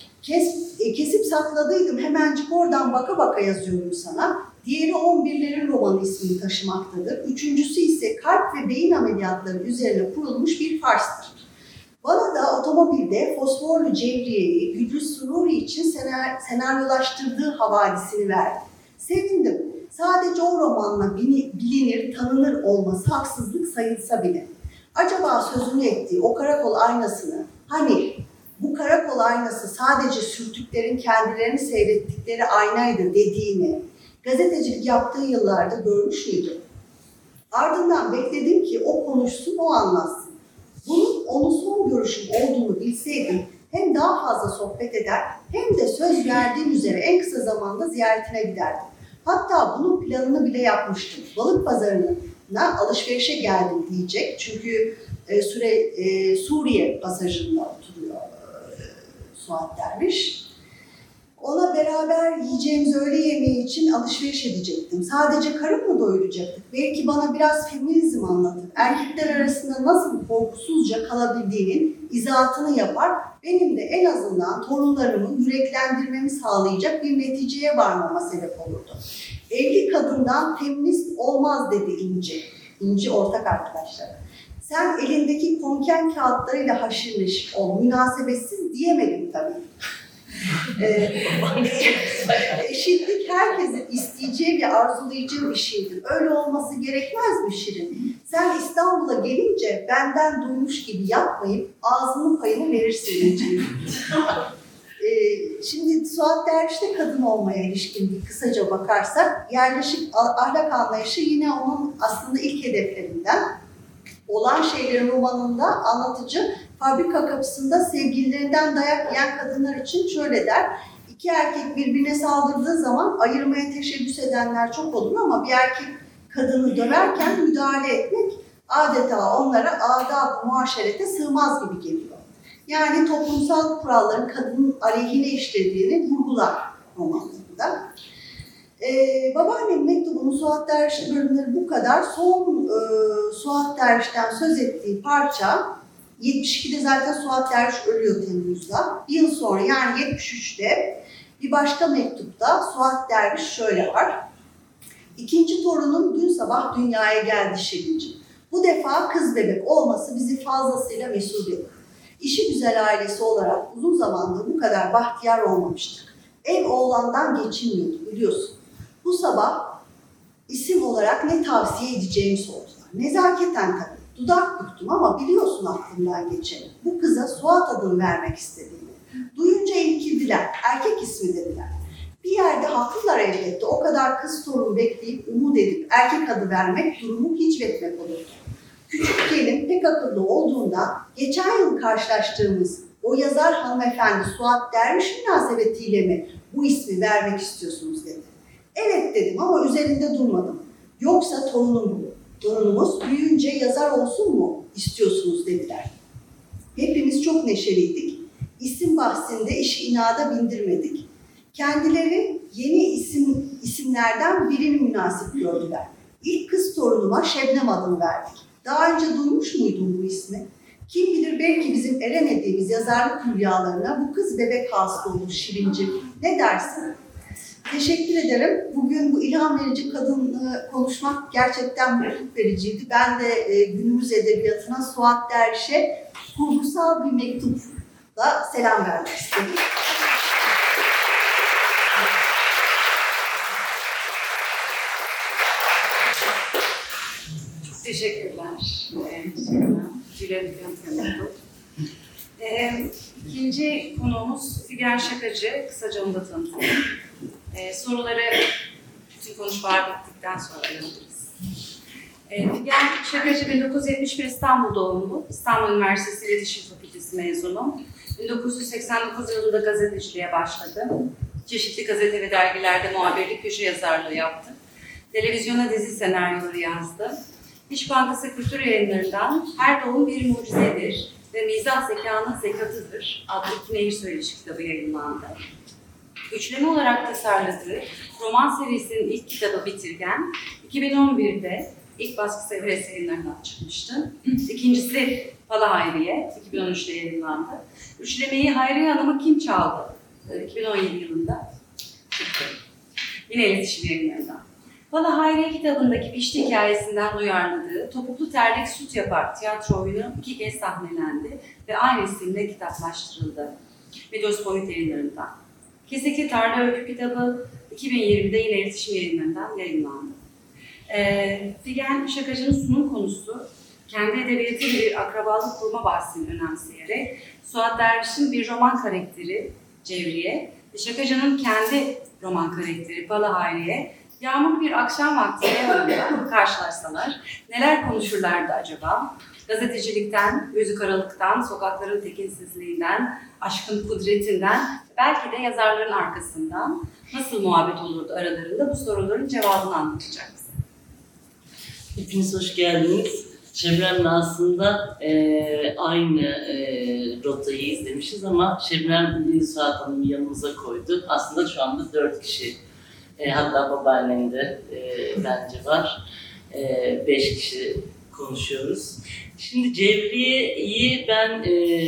Kesip sakladıydım, hemencik oradan baka baka yazıyorum sana. Diğeri 11'lerin romanı ismini taşımaktadır. Üçüncüsü ise kalp ve beyin ameliyatları üzerine kurulmuş bir farstır. Bana da otomobilde Fosforlu Cevriye'yi Güdüz Sururi için senaryolaştırdığı havadisini verdi. Sevindim. Sadece o romanla bilinir, tanınır olması haksızlık sayılsa bile. Acaba sözünü ettiği o karakol aynasını, hani bu karakol aynası sadece sürtüklerin kendilerini seyrettikleri aynaydı dediğini gazetecilik yaptığı yıllarda görmüş müydü? Ardından bekledim ki o konuşsun, o anlatsın. Bunun onun son görüşüm olduğunu bilseydim hem daha fazla sohbet eder hem de söz verdiğim üzere en kısa zamanda ziyaretine giderdim. Hatta bunun planını bile yapmıştım. Balık pazarına alışverişe geldim diyecek. Çünkü Suriye pasajında oturuyor Suat Derviş. Ona beraber yiyeceğimiz öğle yemeği için alışveriş edecektim. Sadece karım mı doyuracaktık? Belki bana biraz feminizm anlatır. Erkekler arasında nasıl korkusuzca kalabildiğinin izahatını yapar. Benim de en azından torunlarımı yüreklendirmemi sağlayacak bir neticeye varmama sebep olurdu. Evli kadından feminist olmaz dedi İnci. İnci ortak arkadaşlar. Sen elindeki konken kağıtlarıyla haşır neşir ol. Münasebetsiz diyemedim tabii. Eşitlik herkesin isteyeceği ve arzulayacağı bir şeydir. Öyle olması gerekmez mi Şirin? Sen İstanbul'a gelince benden duymuş gibi yapmayıp ağzının payını verirsin. Şimdi Suat Derviş'te kadın olmaya ilişkin bir kısaca bakarsak, yerleşik ahlak anlayışı yine onun aslında ilk hedeflerinden. Olan Şeylerin romanında anlatıcı fabrika kapısında sevgililerinden dayak yiyen kadınlar için şöyle der: İki erkek birbirine saldırdığı zaman ayırmaya teşebbüs edenler çok olur ama bir erkek kadını döverken müdahale etmek adeta onlara adab-ı muaşerete sığmaz gibi geliyor. Yani toplumsal kuralların kadının aleyhine işlediğini vurgular romanlarında. Babaannemin mektubunun Suat Derviş bölümleri bu kadar. Son Suat Derviş'ten söz ettiği parça, 72'de zaten Suat Derviş ölüyor Temmuz'da. Bir yıl sonra yani 73'te bir başka mektupta Suat Derviş şöyle var: İkinci torunum dün sabah dünyaya geldi Şirincim. Bu defa kız bebek olması bizi fazlasıyla mesut ediyor. İşi güzel ailesi olarak uzun zamandır bu kadar bahtiyar olmamıştık. Ev oğlandan geçinmiyordu biliyorsun. Bu sabah isim olarak ne tavsiye edeceğimi sordular. Nezaketen tabii. Dudak büktüm ama biliyorsun aklımdan geçeni. Bu kıza Suat adını vermek istediğimi. Duyunca irkildiler. Erkek ismi dediler. Bir yerde haklılar elbette. O kadar kız torunu bekleyip umut edip erkek adı vermek durumu hiç etmek olurdu. Küçük gelin pek akıllı olduğundan geçen yıl karşılaştığımız o yazar hanımefendi Suat Derviş münasebetiyle mi bu ismi vermek istiyorsunuz dedi. Evet dedim ama üzerinde durmadım. Yoksa torunum bu. Torunumuz büyüyünce yazar olsun mu istiyorsunuz dediler. Hepimiz çok neşeliydik. İsim bahsinde işi inada bindirmedik. Kendileri yeni isimlerden birini münasip gördüler. İlk kız torunuma Şebnem adını verdik. Daha önce duymuş muydun bu ismi? Kim bilir belki bizim eremediğimiz yazarlık hülyalarına bu kız bebek hasta olur Şirincim. Ne dersin? Teşekkür ederim. Bugün bu ilham verici kadınla konuşmak gerçekten mutluluk vericiydi. Ben de günümüz edebiyatına Suat Derviş'e kurgusal bir mektupla selam vermek istedim. Teşekkürler. İkinci konuğumuz Figen Şakacı. Kısaca onu da tanıtalım. Soruları bütün konuşmalar bittikten sonra alabiliriz. Figen Şakacı 1971 İstanbul doğumlu. İstanbul Üniversitesi İletişim Fakültesi mezunu. 1989 yılında gazeteciliğe başladı. Çeşitli gazete ve dergilerde muhabirlik, köşe yazarlığı yaptı. Televizyona dizi senaryoları yazdı. İş Bankası Kültür Yayınları'ndan Her Doğum Bir Mucizedir ve Mizah Zekanın Zekatıdır adlı iki nehir söyleşi kitabı yayınlandı. Üçleme olarak tasarladığı roman serisinin ilk kitabı Bitirgen, 2011'de ilk baskısı Evres Yayınları'ndan çıkmıştı. İkincisi Pala Hayriye, 2013'te yayınlandı. Üçlemeyi Hayriye Hanım'ı Kim Çaldı? 2017 yılında çıktı. Yine iletişim yayınlarından. Pala Hayriye kitabındaki Pişti hikayesinden uyarladığı Topuklu Terlik Süt Yapar tiyatro oyunu 2 kez sahnelendi ve aynı isimle kitaplaştırıldı. Medospomit yayınlarından. Kesekli Tarla Öykü kitabı 2020'de yine iletişim yayınlarından yayınlandı. Figen Şakacı'nın sunum konusu kendi edebiyatıyla bir akrabalık kurma bahsini önemseyerek Suat Derviş'in bir roman karakteri Cevriye ve Şakacı'nın kendi roman karakteri Pala Hayriye yağmurlu bir akşam vakti yanında karşılaşsalar neler konuşurlardı acaba? Gazetecilikten, gözü karalıktan, sokakların tekinsizliğinden, aşkın kudretinden, belki de yazarların arkasından nasıl muhabbet olurdu aralarında bu soruların cevabını anlatacak bize. Hepiniz hoş geldiniz. Şebnem'le aslında aynı rotayı izlemişiz ama Şebnem Suat Hanım'ı yanımıza koydu. Aslında şu anda 4 kişi. Hatta babaannem de bence var. 5 kişi konuşuyoruz. Şimdi Cevriye'yi ben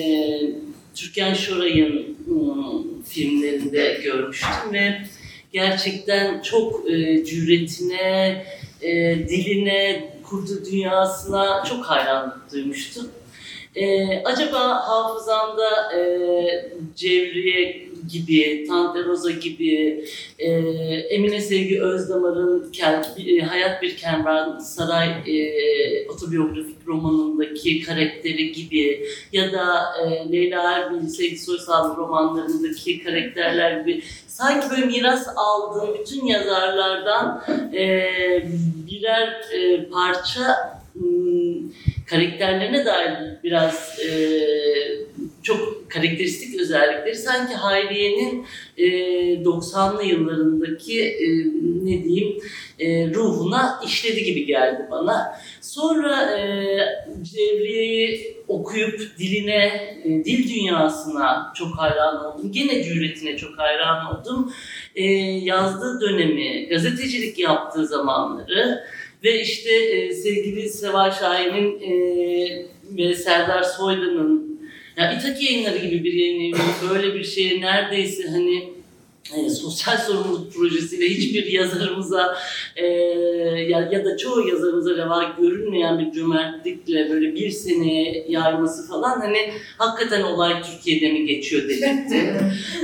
Türkan Şoray'ın filmlerinde görmüştüm ve gerçekten çok cüretine, diline, kurduğu dünyasına çok hayranlık duymuştum. Acaba hafızamda Cevriye gibi, Tante Rosa gibi, Emine Sevgi Özdamar'ın Hayat Bir Kervansaray otobiyografik romanındaki karakteri gibi ya da Leyla Erbil, Sevgi Soysal romanlarındaki karakterler gibi sanki böyle miras aldığım bütün yazarlardan birer parça karakterlerine dair biraz çok karakteristik özellikleri sanki Hayriye'nin 90'lı yıllarındaki ne diyeyim ruhuna işledi gibi geldi bana. Sonra Cevriye'yi okuyup diline, dil dünyasına çok hayran oldum. Gene cüretine çok hayran oldum. Yazdığı dönemi, gazetecilik yaptığı zamanları ve işte sevgili Seval Şahin'in ve Serdar Soylu'nun ya İtaki Yayınları gibi bir yayın evi böyle bir şeye neredeyse hani sosyal sorumluluk projesiyle hiçbir yazarımıza ya da çoğu yazarımıza reva görünmeyen bir cömertlikle böyle bir seneye yayması falan hani hakikaten olay Türkiye'de mi geçiyor dedirtti.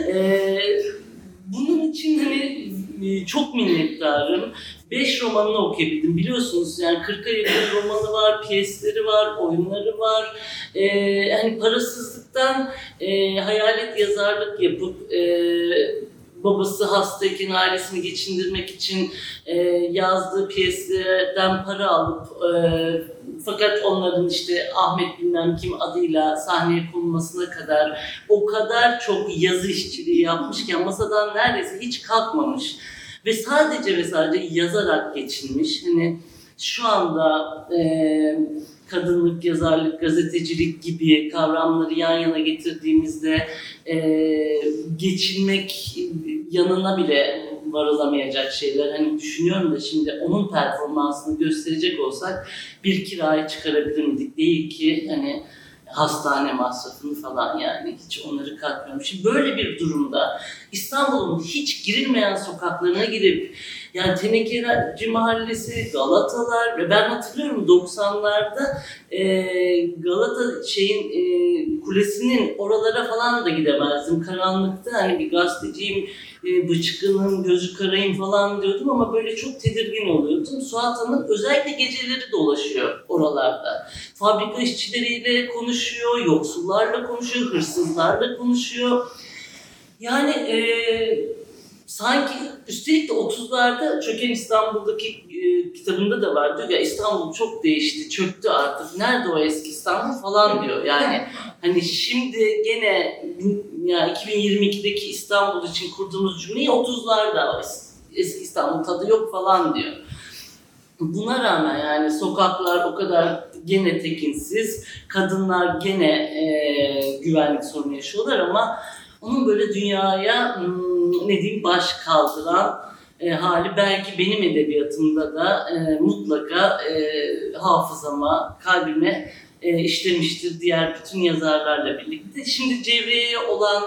Bunun için hani çok minnettarım. 5 romanını okuyabildim. Biliyorsunuz yani 40'a yakın romanı var, piyesleri var, oyunları var. Yani parasızlıktan hayalet yazarlık yapıp babası hastayken ailesini geçindirmek için yazdığı piyeslerden para alıp fakat onların işte Ahmet bilmem kim adıyla sahneye konulmasına kadar o kadar çok yazı işçiliği yapmışken masadan neredeyse hiç kalkmamış ve sadece yazarak geçinmiş. Hani şu anda kadınlık, yazarlık, gazetecilik gibi kavramları yan yana getirdiğimizde geçinmek yanına bile varılamayacak şeyler. Hani düşünüyorum da şimdi onun performansını gösterecek olsak bir kirayı çıkarabilir miydik? Değil ki hani hastane masrafını falan yani hiç onları katmıyorum. Şimdi böyle bir durumda İstanbul'un hiç girilmeyen sokaklarına girip yani Tenekeci Mahallesi, Galatalar ve ben hatırlıyorum 90'larda Galata kulesinin oralara falan da gidemezdim. Karanlıkta hani bir gazeteciyim, bıçkınım, gözü karayım falan diyordum ama böyle çok tedirgin oluyordum. Suat Hanım özellikle geceleri dolaşıyor oralarda. Fabrika işçileriyle konuşuyor, yoksullarla konuşuyor, hırsızlarla konuşuyor. Yani sanki üstelik de 30'larda Çöken İstanbul'daki kitabında da var diyor ya İstanbul çok değişti, çöktü artık. Nerede o eski İstanbul falan diyor. Yani hani şimdi gene ya 2022'deki İstanbul için kurduğumuz cümleyi 30'larda eski İstanbul tadı yok falan diyor. Buna rağmen yani sokaklar o kadar gene tekinsiz, kadınlar gene güvenlik sorunu yaşıyorlar ama onun böyle dünyaya ne diyeyim baş kaldıran hali belki benim edebiyatımda da mutlaka hafızama, kalbime işlemiştir diğer bütün yazarlarla birlikte. Şimdi Cevriye'ye olan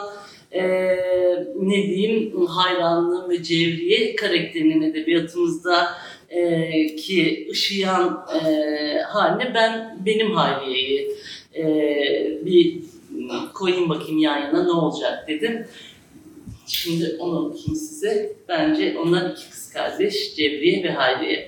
ne diyeyim hayranlığım ve Cevriye karakterinin edebiyatımızda ki ışıyan haline benim Hayriye'yi bir koyayım bakayım yan yana ne olacak dedim. Şimdi onu okuyayım size. Bence onlar iki kız kardeş Cevriye ve Hayriye.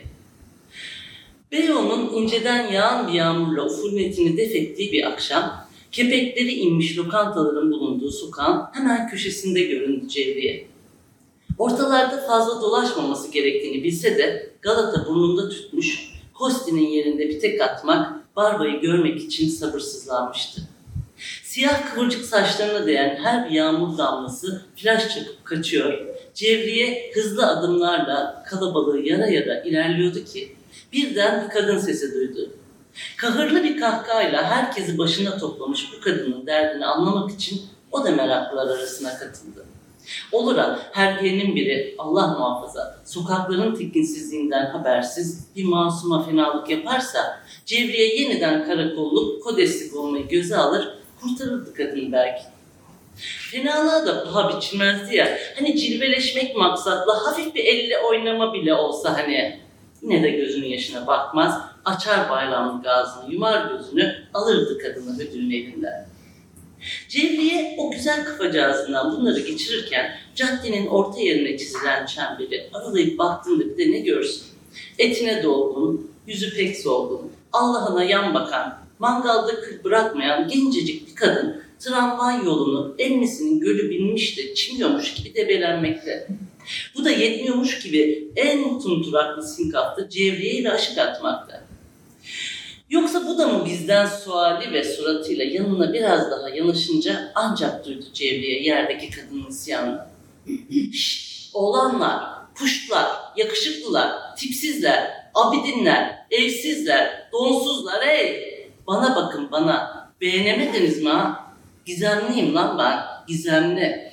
Beyoğlu'nun inceden yağan bir yağmurla ufulmetini def ettiği bir akşam, kepekleri inmiş lokantaların bulunduğu sokağın hemen köşesinde göründü Cevriye. Ortalarda fazla dolaşmaması gerektiğini bilse de Galata burnunda tütmüş, Kosti'nin yerinde bir tek atmak, Barba'yı görmek için sabırsızlanmıştı. Siyah kıvırcık saçlarına değen her bir yağmur damlası flaş çakıp kaçıyor. Cevriye hızlı adımlarla kalabalığı yara yara ilerliyordu ki birden bir kadın sesi duydu. Kahırlı bir kahkahayla herkesi başına toplamış bu kadının derdini anlamak için o da meraklılar arasına katıldı. Olura hergenin biri Allah muhafaza sokakların tekinsizliğinden habersiz bir masuma fenalık yaparsa Cevriye yeniden karakolluk, kodeslik olmayı göze alır, kurtarırdı kadını belki. Fenalığa da paha biçilmezdi ya, hani cilveleşmek maksatla hafif bir elle oynama bile olsa hani yine de gözünün yaşına bakmaz, açar bayramlık ağzını, yumar gözünü, alırdı kadını ödülün elinden. Cevriye o güzel kafacağızından bunları geçirirken caddenin orta yerine çizilen çemberi aralayıp baktığında bir de ne görsün? Etine dolgun, yüzü pek solgun, Allah'ına yan bakan, mangalda kül bırakmayan gencecik bir kadın tramvay yolunu emmisinin gölü binmiş de çimiyormuş gibi debelenmekte. Bu da yetmiyormuş gibi en tunturaklı sinkafta Cevriye ile aşık atmakta. Yoksa bu da mı bizden suali ve suratıyla yanına biraz daha yanaşınca ancak duydu Cevriye yerdeki kadının isyanını. Şşş, oğlanlar, puştlar, yakışıklılar, tipsizler, abidinler, evsizler, donsuzlar, hey! Bana bakın bana, beğenemediniz mi ha? Gizemliyim lan ben, gizemli.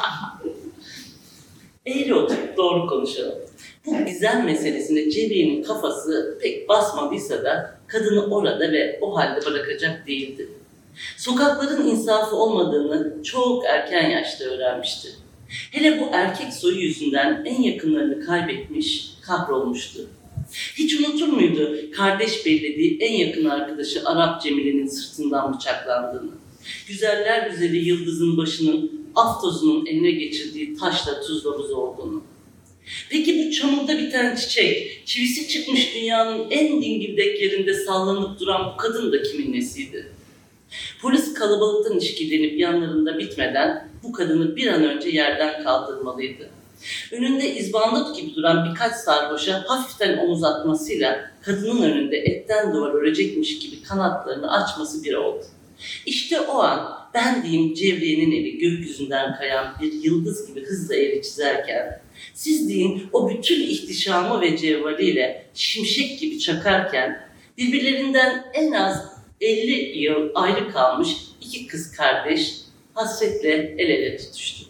Eğri oturup doğru konuşalım. Bu gizem meselesine Cevriye'nin kafası pek basmadıysa da kadını orada ve o halde bırakacak değildi. Sokakların insafı olmadığını çok erken yaşta öğrenmişti. Hele bu erkek soyu yüzünden en yakınlarını kaybetmiş, kahrolmuştu. Hiç unutur muydu kardeş bellediği en yakın arkadaşı Arap Cemile'nin sırtından bıçaklandığını? Güzeller güzeli Yıldız'ın başının aftozunun eline geçirdiği taşla tuzla buz olduğunu. Peki bu çamurda biten çiçek, çivisi çıkmış dünyanın en dingildek yerinde sallanıp duran bu kadın da kimin nesiydi? Polis kalabalıktan işkillenip yanlarında bitmeden bu kadını bir an önce yerden kaldırmalıydı. Önünde izbandut gibi duran birkaç sarhoşa hafiften omuz atmasıyla kadının önünde etten duvar örecekmiş gibi kanatlarını açması bir oldu. İşte o an ben diyeyim Cevriye'nin eli gökyüzünden kayan bir yıldız gibi hızla eli çizerken, siz deyin o bütün ihtişamı ve cevhariyle şimşek gibi çakarken, birbirlerinden en az 50 yıl ayrı kalmış iki kız kardeş hasretle el ele tutuştu.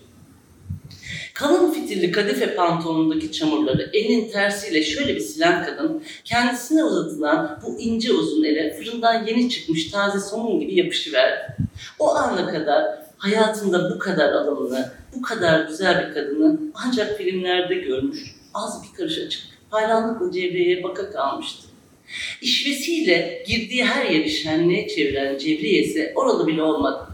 Kalın fitilli kadife pantolonundaki çamurları elinin tersiyle şöyle bir silen kadın, kendisine uzatılan bu ince uzun ele fırından yeni çıkmış taze somun gibi yapışıverdi. O ana kadar hayatında bu kadar alımlı, bu kadar güzel bir kadını ancak filmlerde görmüş, az bir karış açık, hayranlıkla Cevriye'ye baka kalmıştı. İşvesiyle girdiği her yeri şenliğe çeviren Cevriye ise oralı bile olmadı.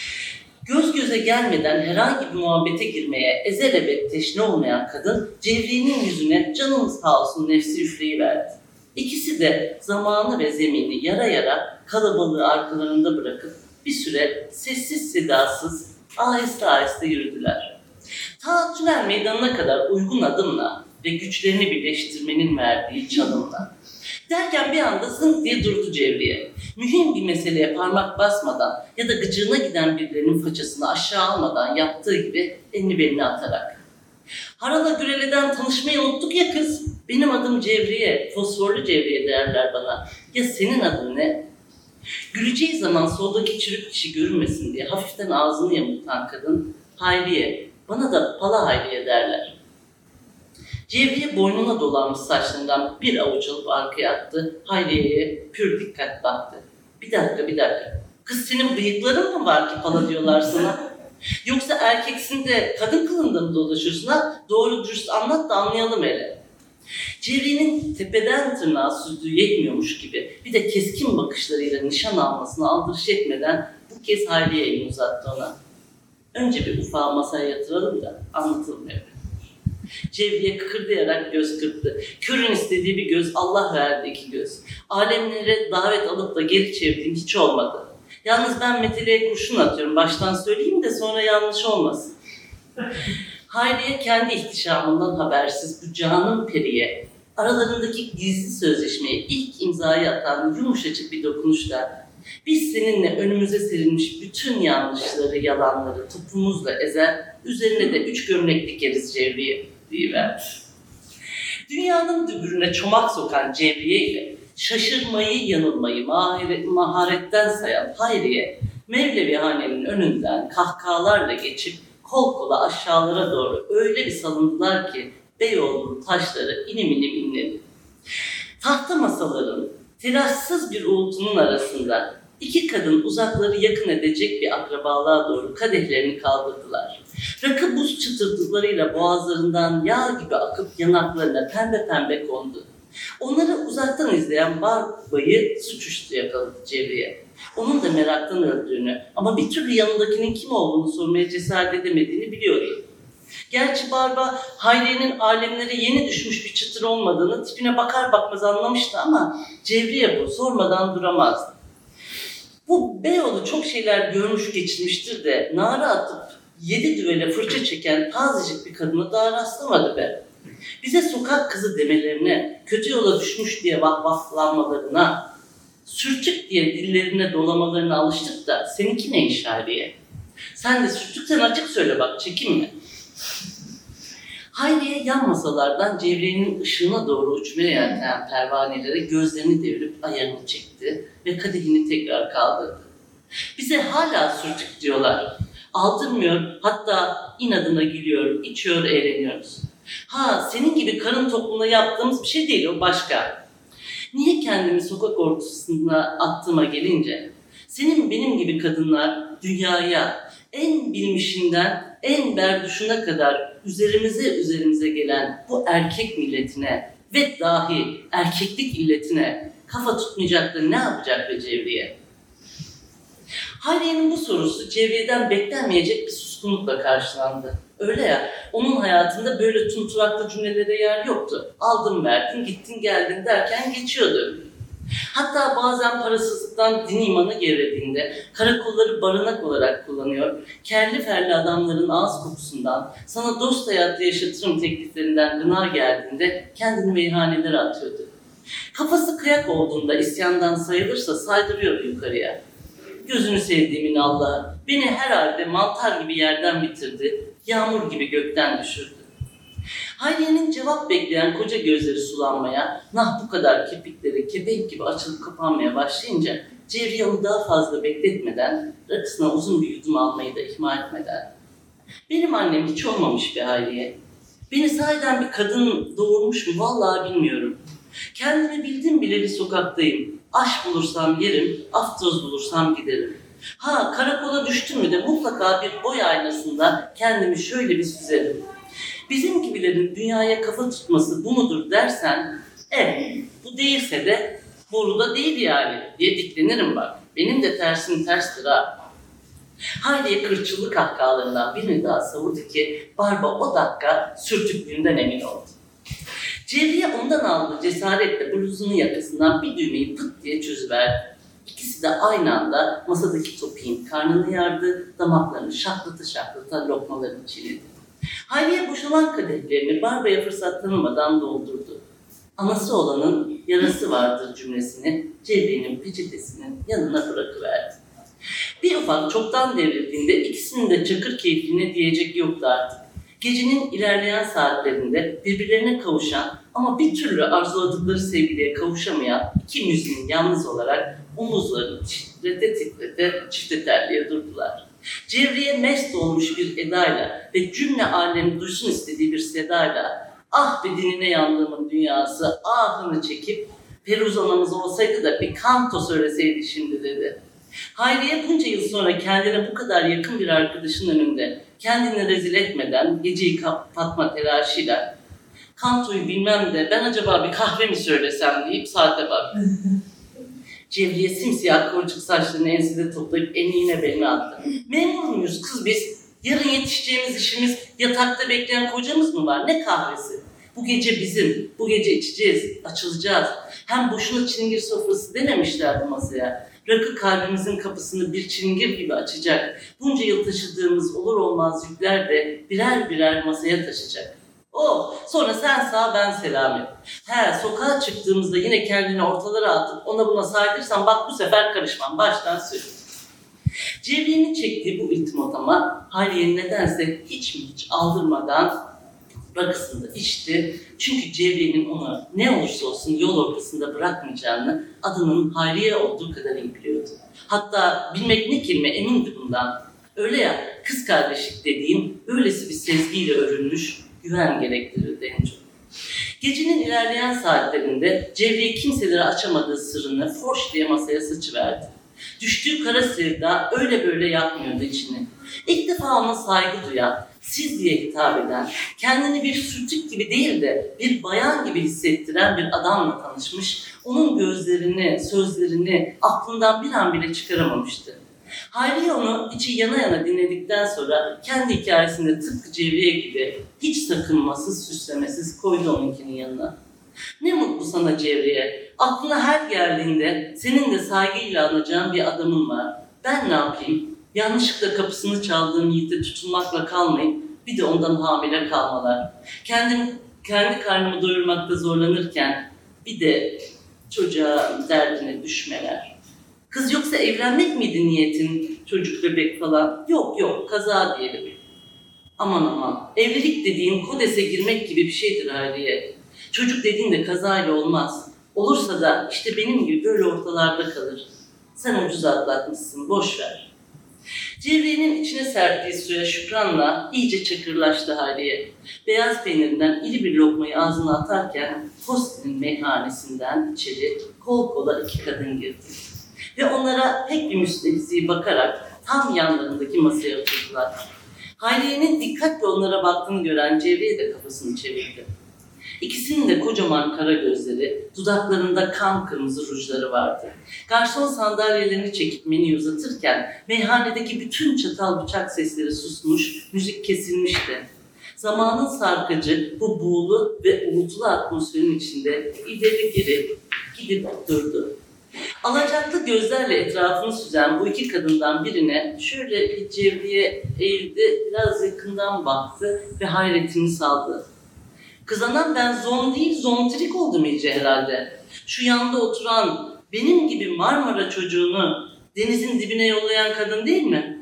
Göz göze gelmeden herhangi bir muhabbete girmeye ezelebet teşne olmayan kadın Cevriye'nin yüzüne canım sağ olsun nefsi üfleyiverdi. İkisi de zamanı ve zemini yara yara kalabalığı arkalarında bırakıp bir süre sessiz sedasız aheste aheste yürüdüler. Ta tünel meydanına kadar uygun adımla ve güçlerini birleştirmenin verdiği çalımla. Derken bir anda zınk diye durdu Cevriye. Mühim bir meseleye parmak basmadan ya da gıcığına giden birilerinin façasını aşağı almadan yaptığı gibi elini beline atarak. Harala Gürele'den tanışmayı unuttuk ya kız. Benim adım Cevriye, fosforlu Cevriye derler bana. Ya senin adın ne? Güleceği zaman soldaki çürük dişi görünmesin diye hafiften ağzını yamultan kadın, Hayriye, bana da Pala Hayriye derler. Cevriye boynuna dolanmış saçlarından bir avuç alıp arkaya attı. Hayriye'ye pür dikkat baktı. Bir dakika. Kız senin bıyıkların mı var ki Pala diyorlar sana? Yoksa erkeksin de kadın kılığında mı dolaşıyorsun ha? Doğru dürüst anlat da anlayalım hele. Cevriye'nin tepeden tırnağa süzdüğü yetmiyormuş gibi bir de keskin bakışlarıyla nişan almasına aldırış etmeden bu kez Hayriye elini uzattı ona. Önce bir ufağı masaya yatıralım da anlatalım evet. Cevriye kıkırdayarak göz kırptı. Körün istediği bir göz, Allah verdi iki göz. Alemlere davet alıp da geri çevirdiğim hiç olmadı. Yalnız ben Meteli'ye kurşun atıyorum. Baştan söyleyeyim de sonra yanlış olmasın. Hayriye kendi ihtişamından habersiz bu canım periye, aralarındaki gizli sözleşmeye ilk imzayı atan yumuşacık bir dokunuşla biz seninle önümüze serilmiş bütün yanlışları, yalanları topumuzla ezer, üzerine de 3 gömlek dikeriz Cevriye diyiverdi. Dünyanın dübürüne çomak sokan Cevriye ile şaşırmayı, yanılmayı maharetten sayan Hayriye, Mevlevihane'nin önünden kahkahalarla geçip kol kola aşağılara doğru öyle bir salındılar ki Beyoğlu'nun taşları inim inim inledi. Tahta masaların telaşsız bir uğultunun arasında iki kadın uzakları yakın edecek bir akrabalığa doğru kadehlerini kaldırdılar. Rakı buz çıtırtılarıyla boğazlarından yağ gibi akıp yanaklarına pembe pembe kondu. Onları uzaktan izleyen Barba'yı suçüstü yakaladı Cevriye. Onun da meraktan öldüğünü ama bir türlü yanındakinin kim olduğunu sormaya cesaret edemediğini biliyordu. Gerçi Barba, Hayriye'nin alemlere yeni düşmüş bir çıtır olmadığını tipine bakar bakmaz anlamıştı ama Cevriye bu, sormadan duramazdı. Bu Beyoğlu çok şeyler görmüş geçirmiştir de nara atıp 7 düvele fırça çeken tazecik bir kadına daha rastlamadı be. Bize sokak kızı demelerine, kötü yola düşmüş diye vahvahlanmalarına, sürtük diye dillerine dolamalarına alıştık da seninki ne iş Hayriye? Sen de sürtüksen açık söyle bak, çekinme. Hayriye yan masalardan Cevriye'nin ışığına doğru uçmaya yeltenen pervanelere gözlerini devirip ayarını çekti ve kadehini tekrar kaldırdı. Bize hala sürtük diyorlar. Aldırmıyor, hatta inadına gülüyor, içiyor, eğleniyoruz. Ha, senin gibi karın toplumuna yaptığımız bir şey değil, o başka. Niye kendimi sokak ortasına attığıma gelince, senin benim gibi kadınlar dünyaya en bilmişinden en berduşuna kadar üzerimize gelen bu erkek milletine ve dahi erkeklik illetine kafa tutmayacakları ne yapacak be Cevriye? Hayriye'nin bu sorusu Cevriye'den beklenmeyecek bir suskunlukla karşılandı. Öyle ya, onun hayatında böyle tunturaklı cümlelere yer yoktu. Aldın verdin, gittin geldin derken geçiyordu. Hatta bazen parasızlıktan din imanı gevrediğinde karakolları barınak olarak kullanıyor, kerli ferli adamların ağız kokusundan, sana dost hayatı yaşatırım tekliflerinden gına geldiğinde kendini meyhanelere atıyordu. Kafası kıyak olduğunda isyandan sayılırsa saydırıyordu yukarıya. Gözünü sevdiğimin Allah'ı, beni her halde mantar gibi yerden bitirdi, yağmur gibi gökten düşürdü. Hayriye'nin cevap bekleyen koca gözleri sulanmaya, nah bu kadar kirpikleri kepenk gibi açılıp kapanmaya başlayınca Cevriye onu daha fazla bekletmeden, rakısına uzun bir yudum almayı da ihmal etmeden. Benim annem hiç olmamış be Hayriye. Beni sahiden bir kadın doğurmuş mu vallahi bilmiyorum. Kendimi bildim bileli sokaktayım. Aş bulursam yerim, aftoz bulursam giderim. Ha, karakola düştüm mü de mutlaka bir boy aynasında kendimi şöyle bir süzerim. Bizim gibilerin dünyaya kafa tutması bu mudur dersen, evet bu değilse de boru da değil yani diye diklenirim bak. Benim de tersim terstir ha. Hayriye kırçıllı kahkahalarından birini daha savurdu ki Barba o dakika sürtüklüğünden emin oldu. Cevriye ondan aldığı cesaretle bluzunun yakasından bir düğmeyi pıt diye çözüverdi. İkisi de aynı anda masadaki topiğin karnını yardı, damaklarını şaklata lokmalarını çiğnedi. Hayriye boşalan kadehlerini Barba'ya fırsat tanımadan doldurdu. Anası olanın yarası vardır cümlesini Cevriye'nin peçetesinin yanına bırakıverdi. Bir ufak çoktan devrildiğinde ikisinin de çakır keyfine diyecek yoktu artık. Gecenin ilerleyen saatlerinde birbirlerine kavuşan ama bir türlü arzuladıkları sevgiliye kavuşamayan iki müziğin yalnız olarak omuzlarını titrete çifte terliğe durdular. Cevriye mest olmuş bir edayla ve cümle alemi duysun istediği bir sedayla ah be dinine yandığımın dünyası ahını çekip Peruz anamız olsaydı da bir kanto söyleseydi şimdi dedi. Hayriye bunca yıl sonra kendine bu kadar yakın bir arkadaşın önünde kendini rezil etmeden geceyi kapatma telaşıyla kantoyu bilmem de ben acaba bir kahve mi söylesem deyip saate baktı. Cevriye simsiyah kıvırcık saçlarını ensede toplayıp eniğine beline attı. Memur muyuz kız biz? Yarın yetişeceğimiz işimiz, yatakta bekleyen kocamız mı var? Ne kahvesi? Bu gece bizim, bu gece içeceğiz, açılacağız. Hem boşuna çilingir sofrası dememişlerdi masaya. Rakı kalbimizin kapısını bir çilingir gibi açacak. Bunca yıl taşıdığımız olur olmaz yükler de birer birer masaya taşıyacak. Oh, sonra sen sağ ben selamet. He, sokağa çıktığımızda yine kendini ortalara atıp ona buna saydırsan bak bu sefer karışmam, baştan söyleyeyim. Cevriye'nin çektiği bu iltimatama Hayriye nedense hiç aldırmadan rakısında içti. Çünkü Cevriye'nin onu ne olursa olsun yol ortasında bırakmayacağını adının Hayriye olduğu kadar iyi biliyordu. Hatta bilmek ne kelime emindi bundan. Öyle ya, kız kardeşlik dediğin öylesi bir sezgiyle örülmüş, güven gerektirirdi en çok. Gecenin ilerleyen saatlerinde Cevriye kimselere açamadığı sırrını forş diye masaya sıçıverdi. Düştüğü kara sevda öyle böyle yakmıyordu içini. İlk defa ona saygı duyan, siz diye hitap eden, kendini bir sürtük gibi değil de bir bayan gibi hissettiren bir adamla tanışmış, onun gözlerini, sözlerini aklından bir an bile çıkaramamıştı. Hayriye onu içi yana yana dinledikten sonra kendi hikayesinde tıpkı Cevriye gibi hiç sakınmasız, süslemesiz koydu onunkinin yanına. Ne mutlu sana Cevriye, aklına her geldiğinde senin de saygıyla anacağın bir adamın var. Ben ne yapayım? Yanlışlıkla kapısını çaldığım yiğide tutulmakla kalmayıp bir de ondan hamile kalmalar. Kendi karnımı doyurmakta zorlanırken bir de çocuğa derdine düşmeler. Kız yoksa evlenmek miydi niyetin, çocuk bebek falan? Yok, kaza diyelim. Aman, evlilik dediğin kodese girmek gibi bir şeydir Hayriye. Çocuk dediğin de kazayla olmaz. Olursa da işte benim gibi böyle ortalarda kalır. Sen ucuz atlatmışsın, boş ver. Cevriye'nin içine serptiği suya Şükran'la iyice çakırlaştı Hayriye. Beyaz peynirinden iri bir lokmayı ağzına atarken Hostin'in meyhanesinden içeri kol kola iki kadın girdi. Ve onlara pek bir müstehzi bakarak tam yanlarındaki masaya oturdular. Hayriye'nin dikkatle onlara baktığını gören Cevriye de kafasını çevirdi. İkisinin de kocaman kara gözleri, dudaklarında kan kırmızı rujları vardı. Garson sandalyelerini çekip menüyü uzatırken meyhanedeki bütün çatal bıçak sesleri susmuş, müzik kesilmişti. Zamanın sarkacı bu buğulu ve uğultulu atmosferin içinde ileri geri gidip durdu. Alacaklı gözlerle etrafını süzen bu iki kadından birine şöyle bir Cevriye eğildi, biraz yakından baktı ve hayretini saldı. Kız anam ben zon değil zontrik oldum iyice herhalde. Şu yanda oturan benim gibi Marmara çocuğunu denizin dibine yollayan kadın değil mi?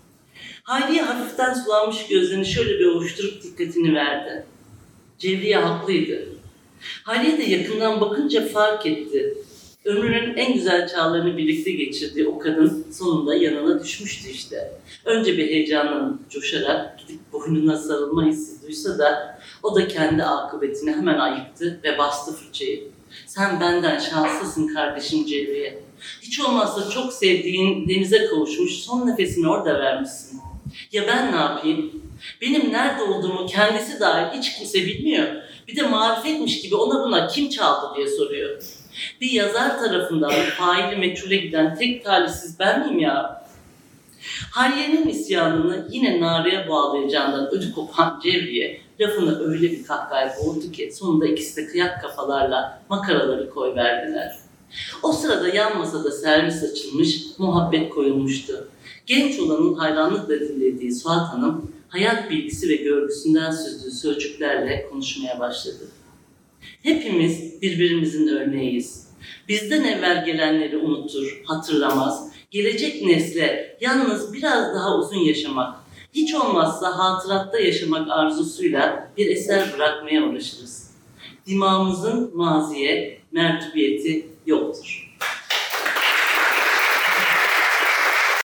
Hayriye hafiften sulanmış gözlerini şöyle bir ovuşturup dikkatini verdi. Cevriye haklıydı. Hayriye de yakından bakınca fark etti. Ömrünün en güzel çağlarını birlikte geçirdiği o kadın sonunda yanına düşmüştü işte. Önce bir heyecanlanıp coşarak gidip boynuna sarılma hissi duysa da o da kendi akıbetini hemen ayıktı ve bastı fırçayı. Sen benden şanslısın kardeşim Cevriye. Hiç olmazsa çok sevdiğin denize kavuşmuş, son nefesini orada vermişsin. Ya ben ne yapayım? Benim nerede olduğumu kendisi dahil hiç kimse bilmiyor. Bir de marifetmiş gibi ona buna kim çaldı diye soruyor. Bir yazar tarafından faili meçhule giden tek talihsiz ben miyim ya? Hayriye'nin isyanını yine nareye bağlayacağından ödü kopan Cevriye lafını öyle bir kahkahaya boğdu ki sonunda ikisi de kıyak kafalarla makaraları koyverdiler. O sırada yan masada servis açılmış, muhabbet koyulmuştu. Genç olanın hayranlıkla dinlediği Suat Hanım, hayat bilgisi ve görgüsünden süzdüğü sözcüklerle konuşmaya başladı. Hepimiz birbirimizin örneğiyiz. Bizden evvel gelenleri unutur, hatırlamaz, gelecek nesle yalnız biraz daha uzun yaşamak, hiç olmazsa hatıratta yaşamak arzusuyla bir eser bırakmaya uğraşırız. Dimağımızın maziye mertubiyeti yoktur.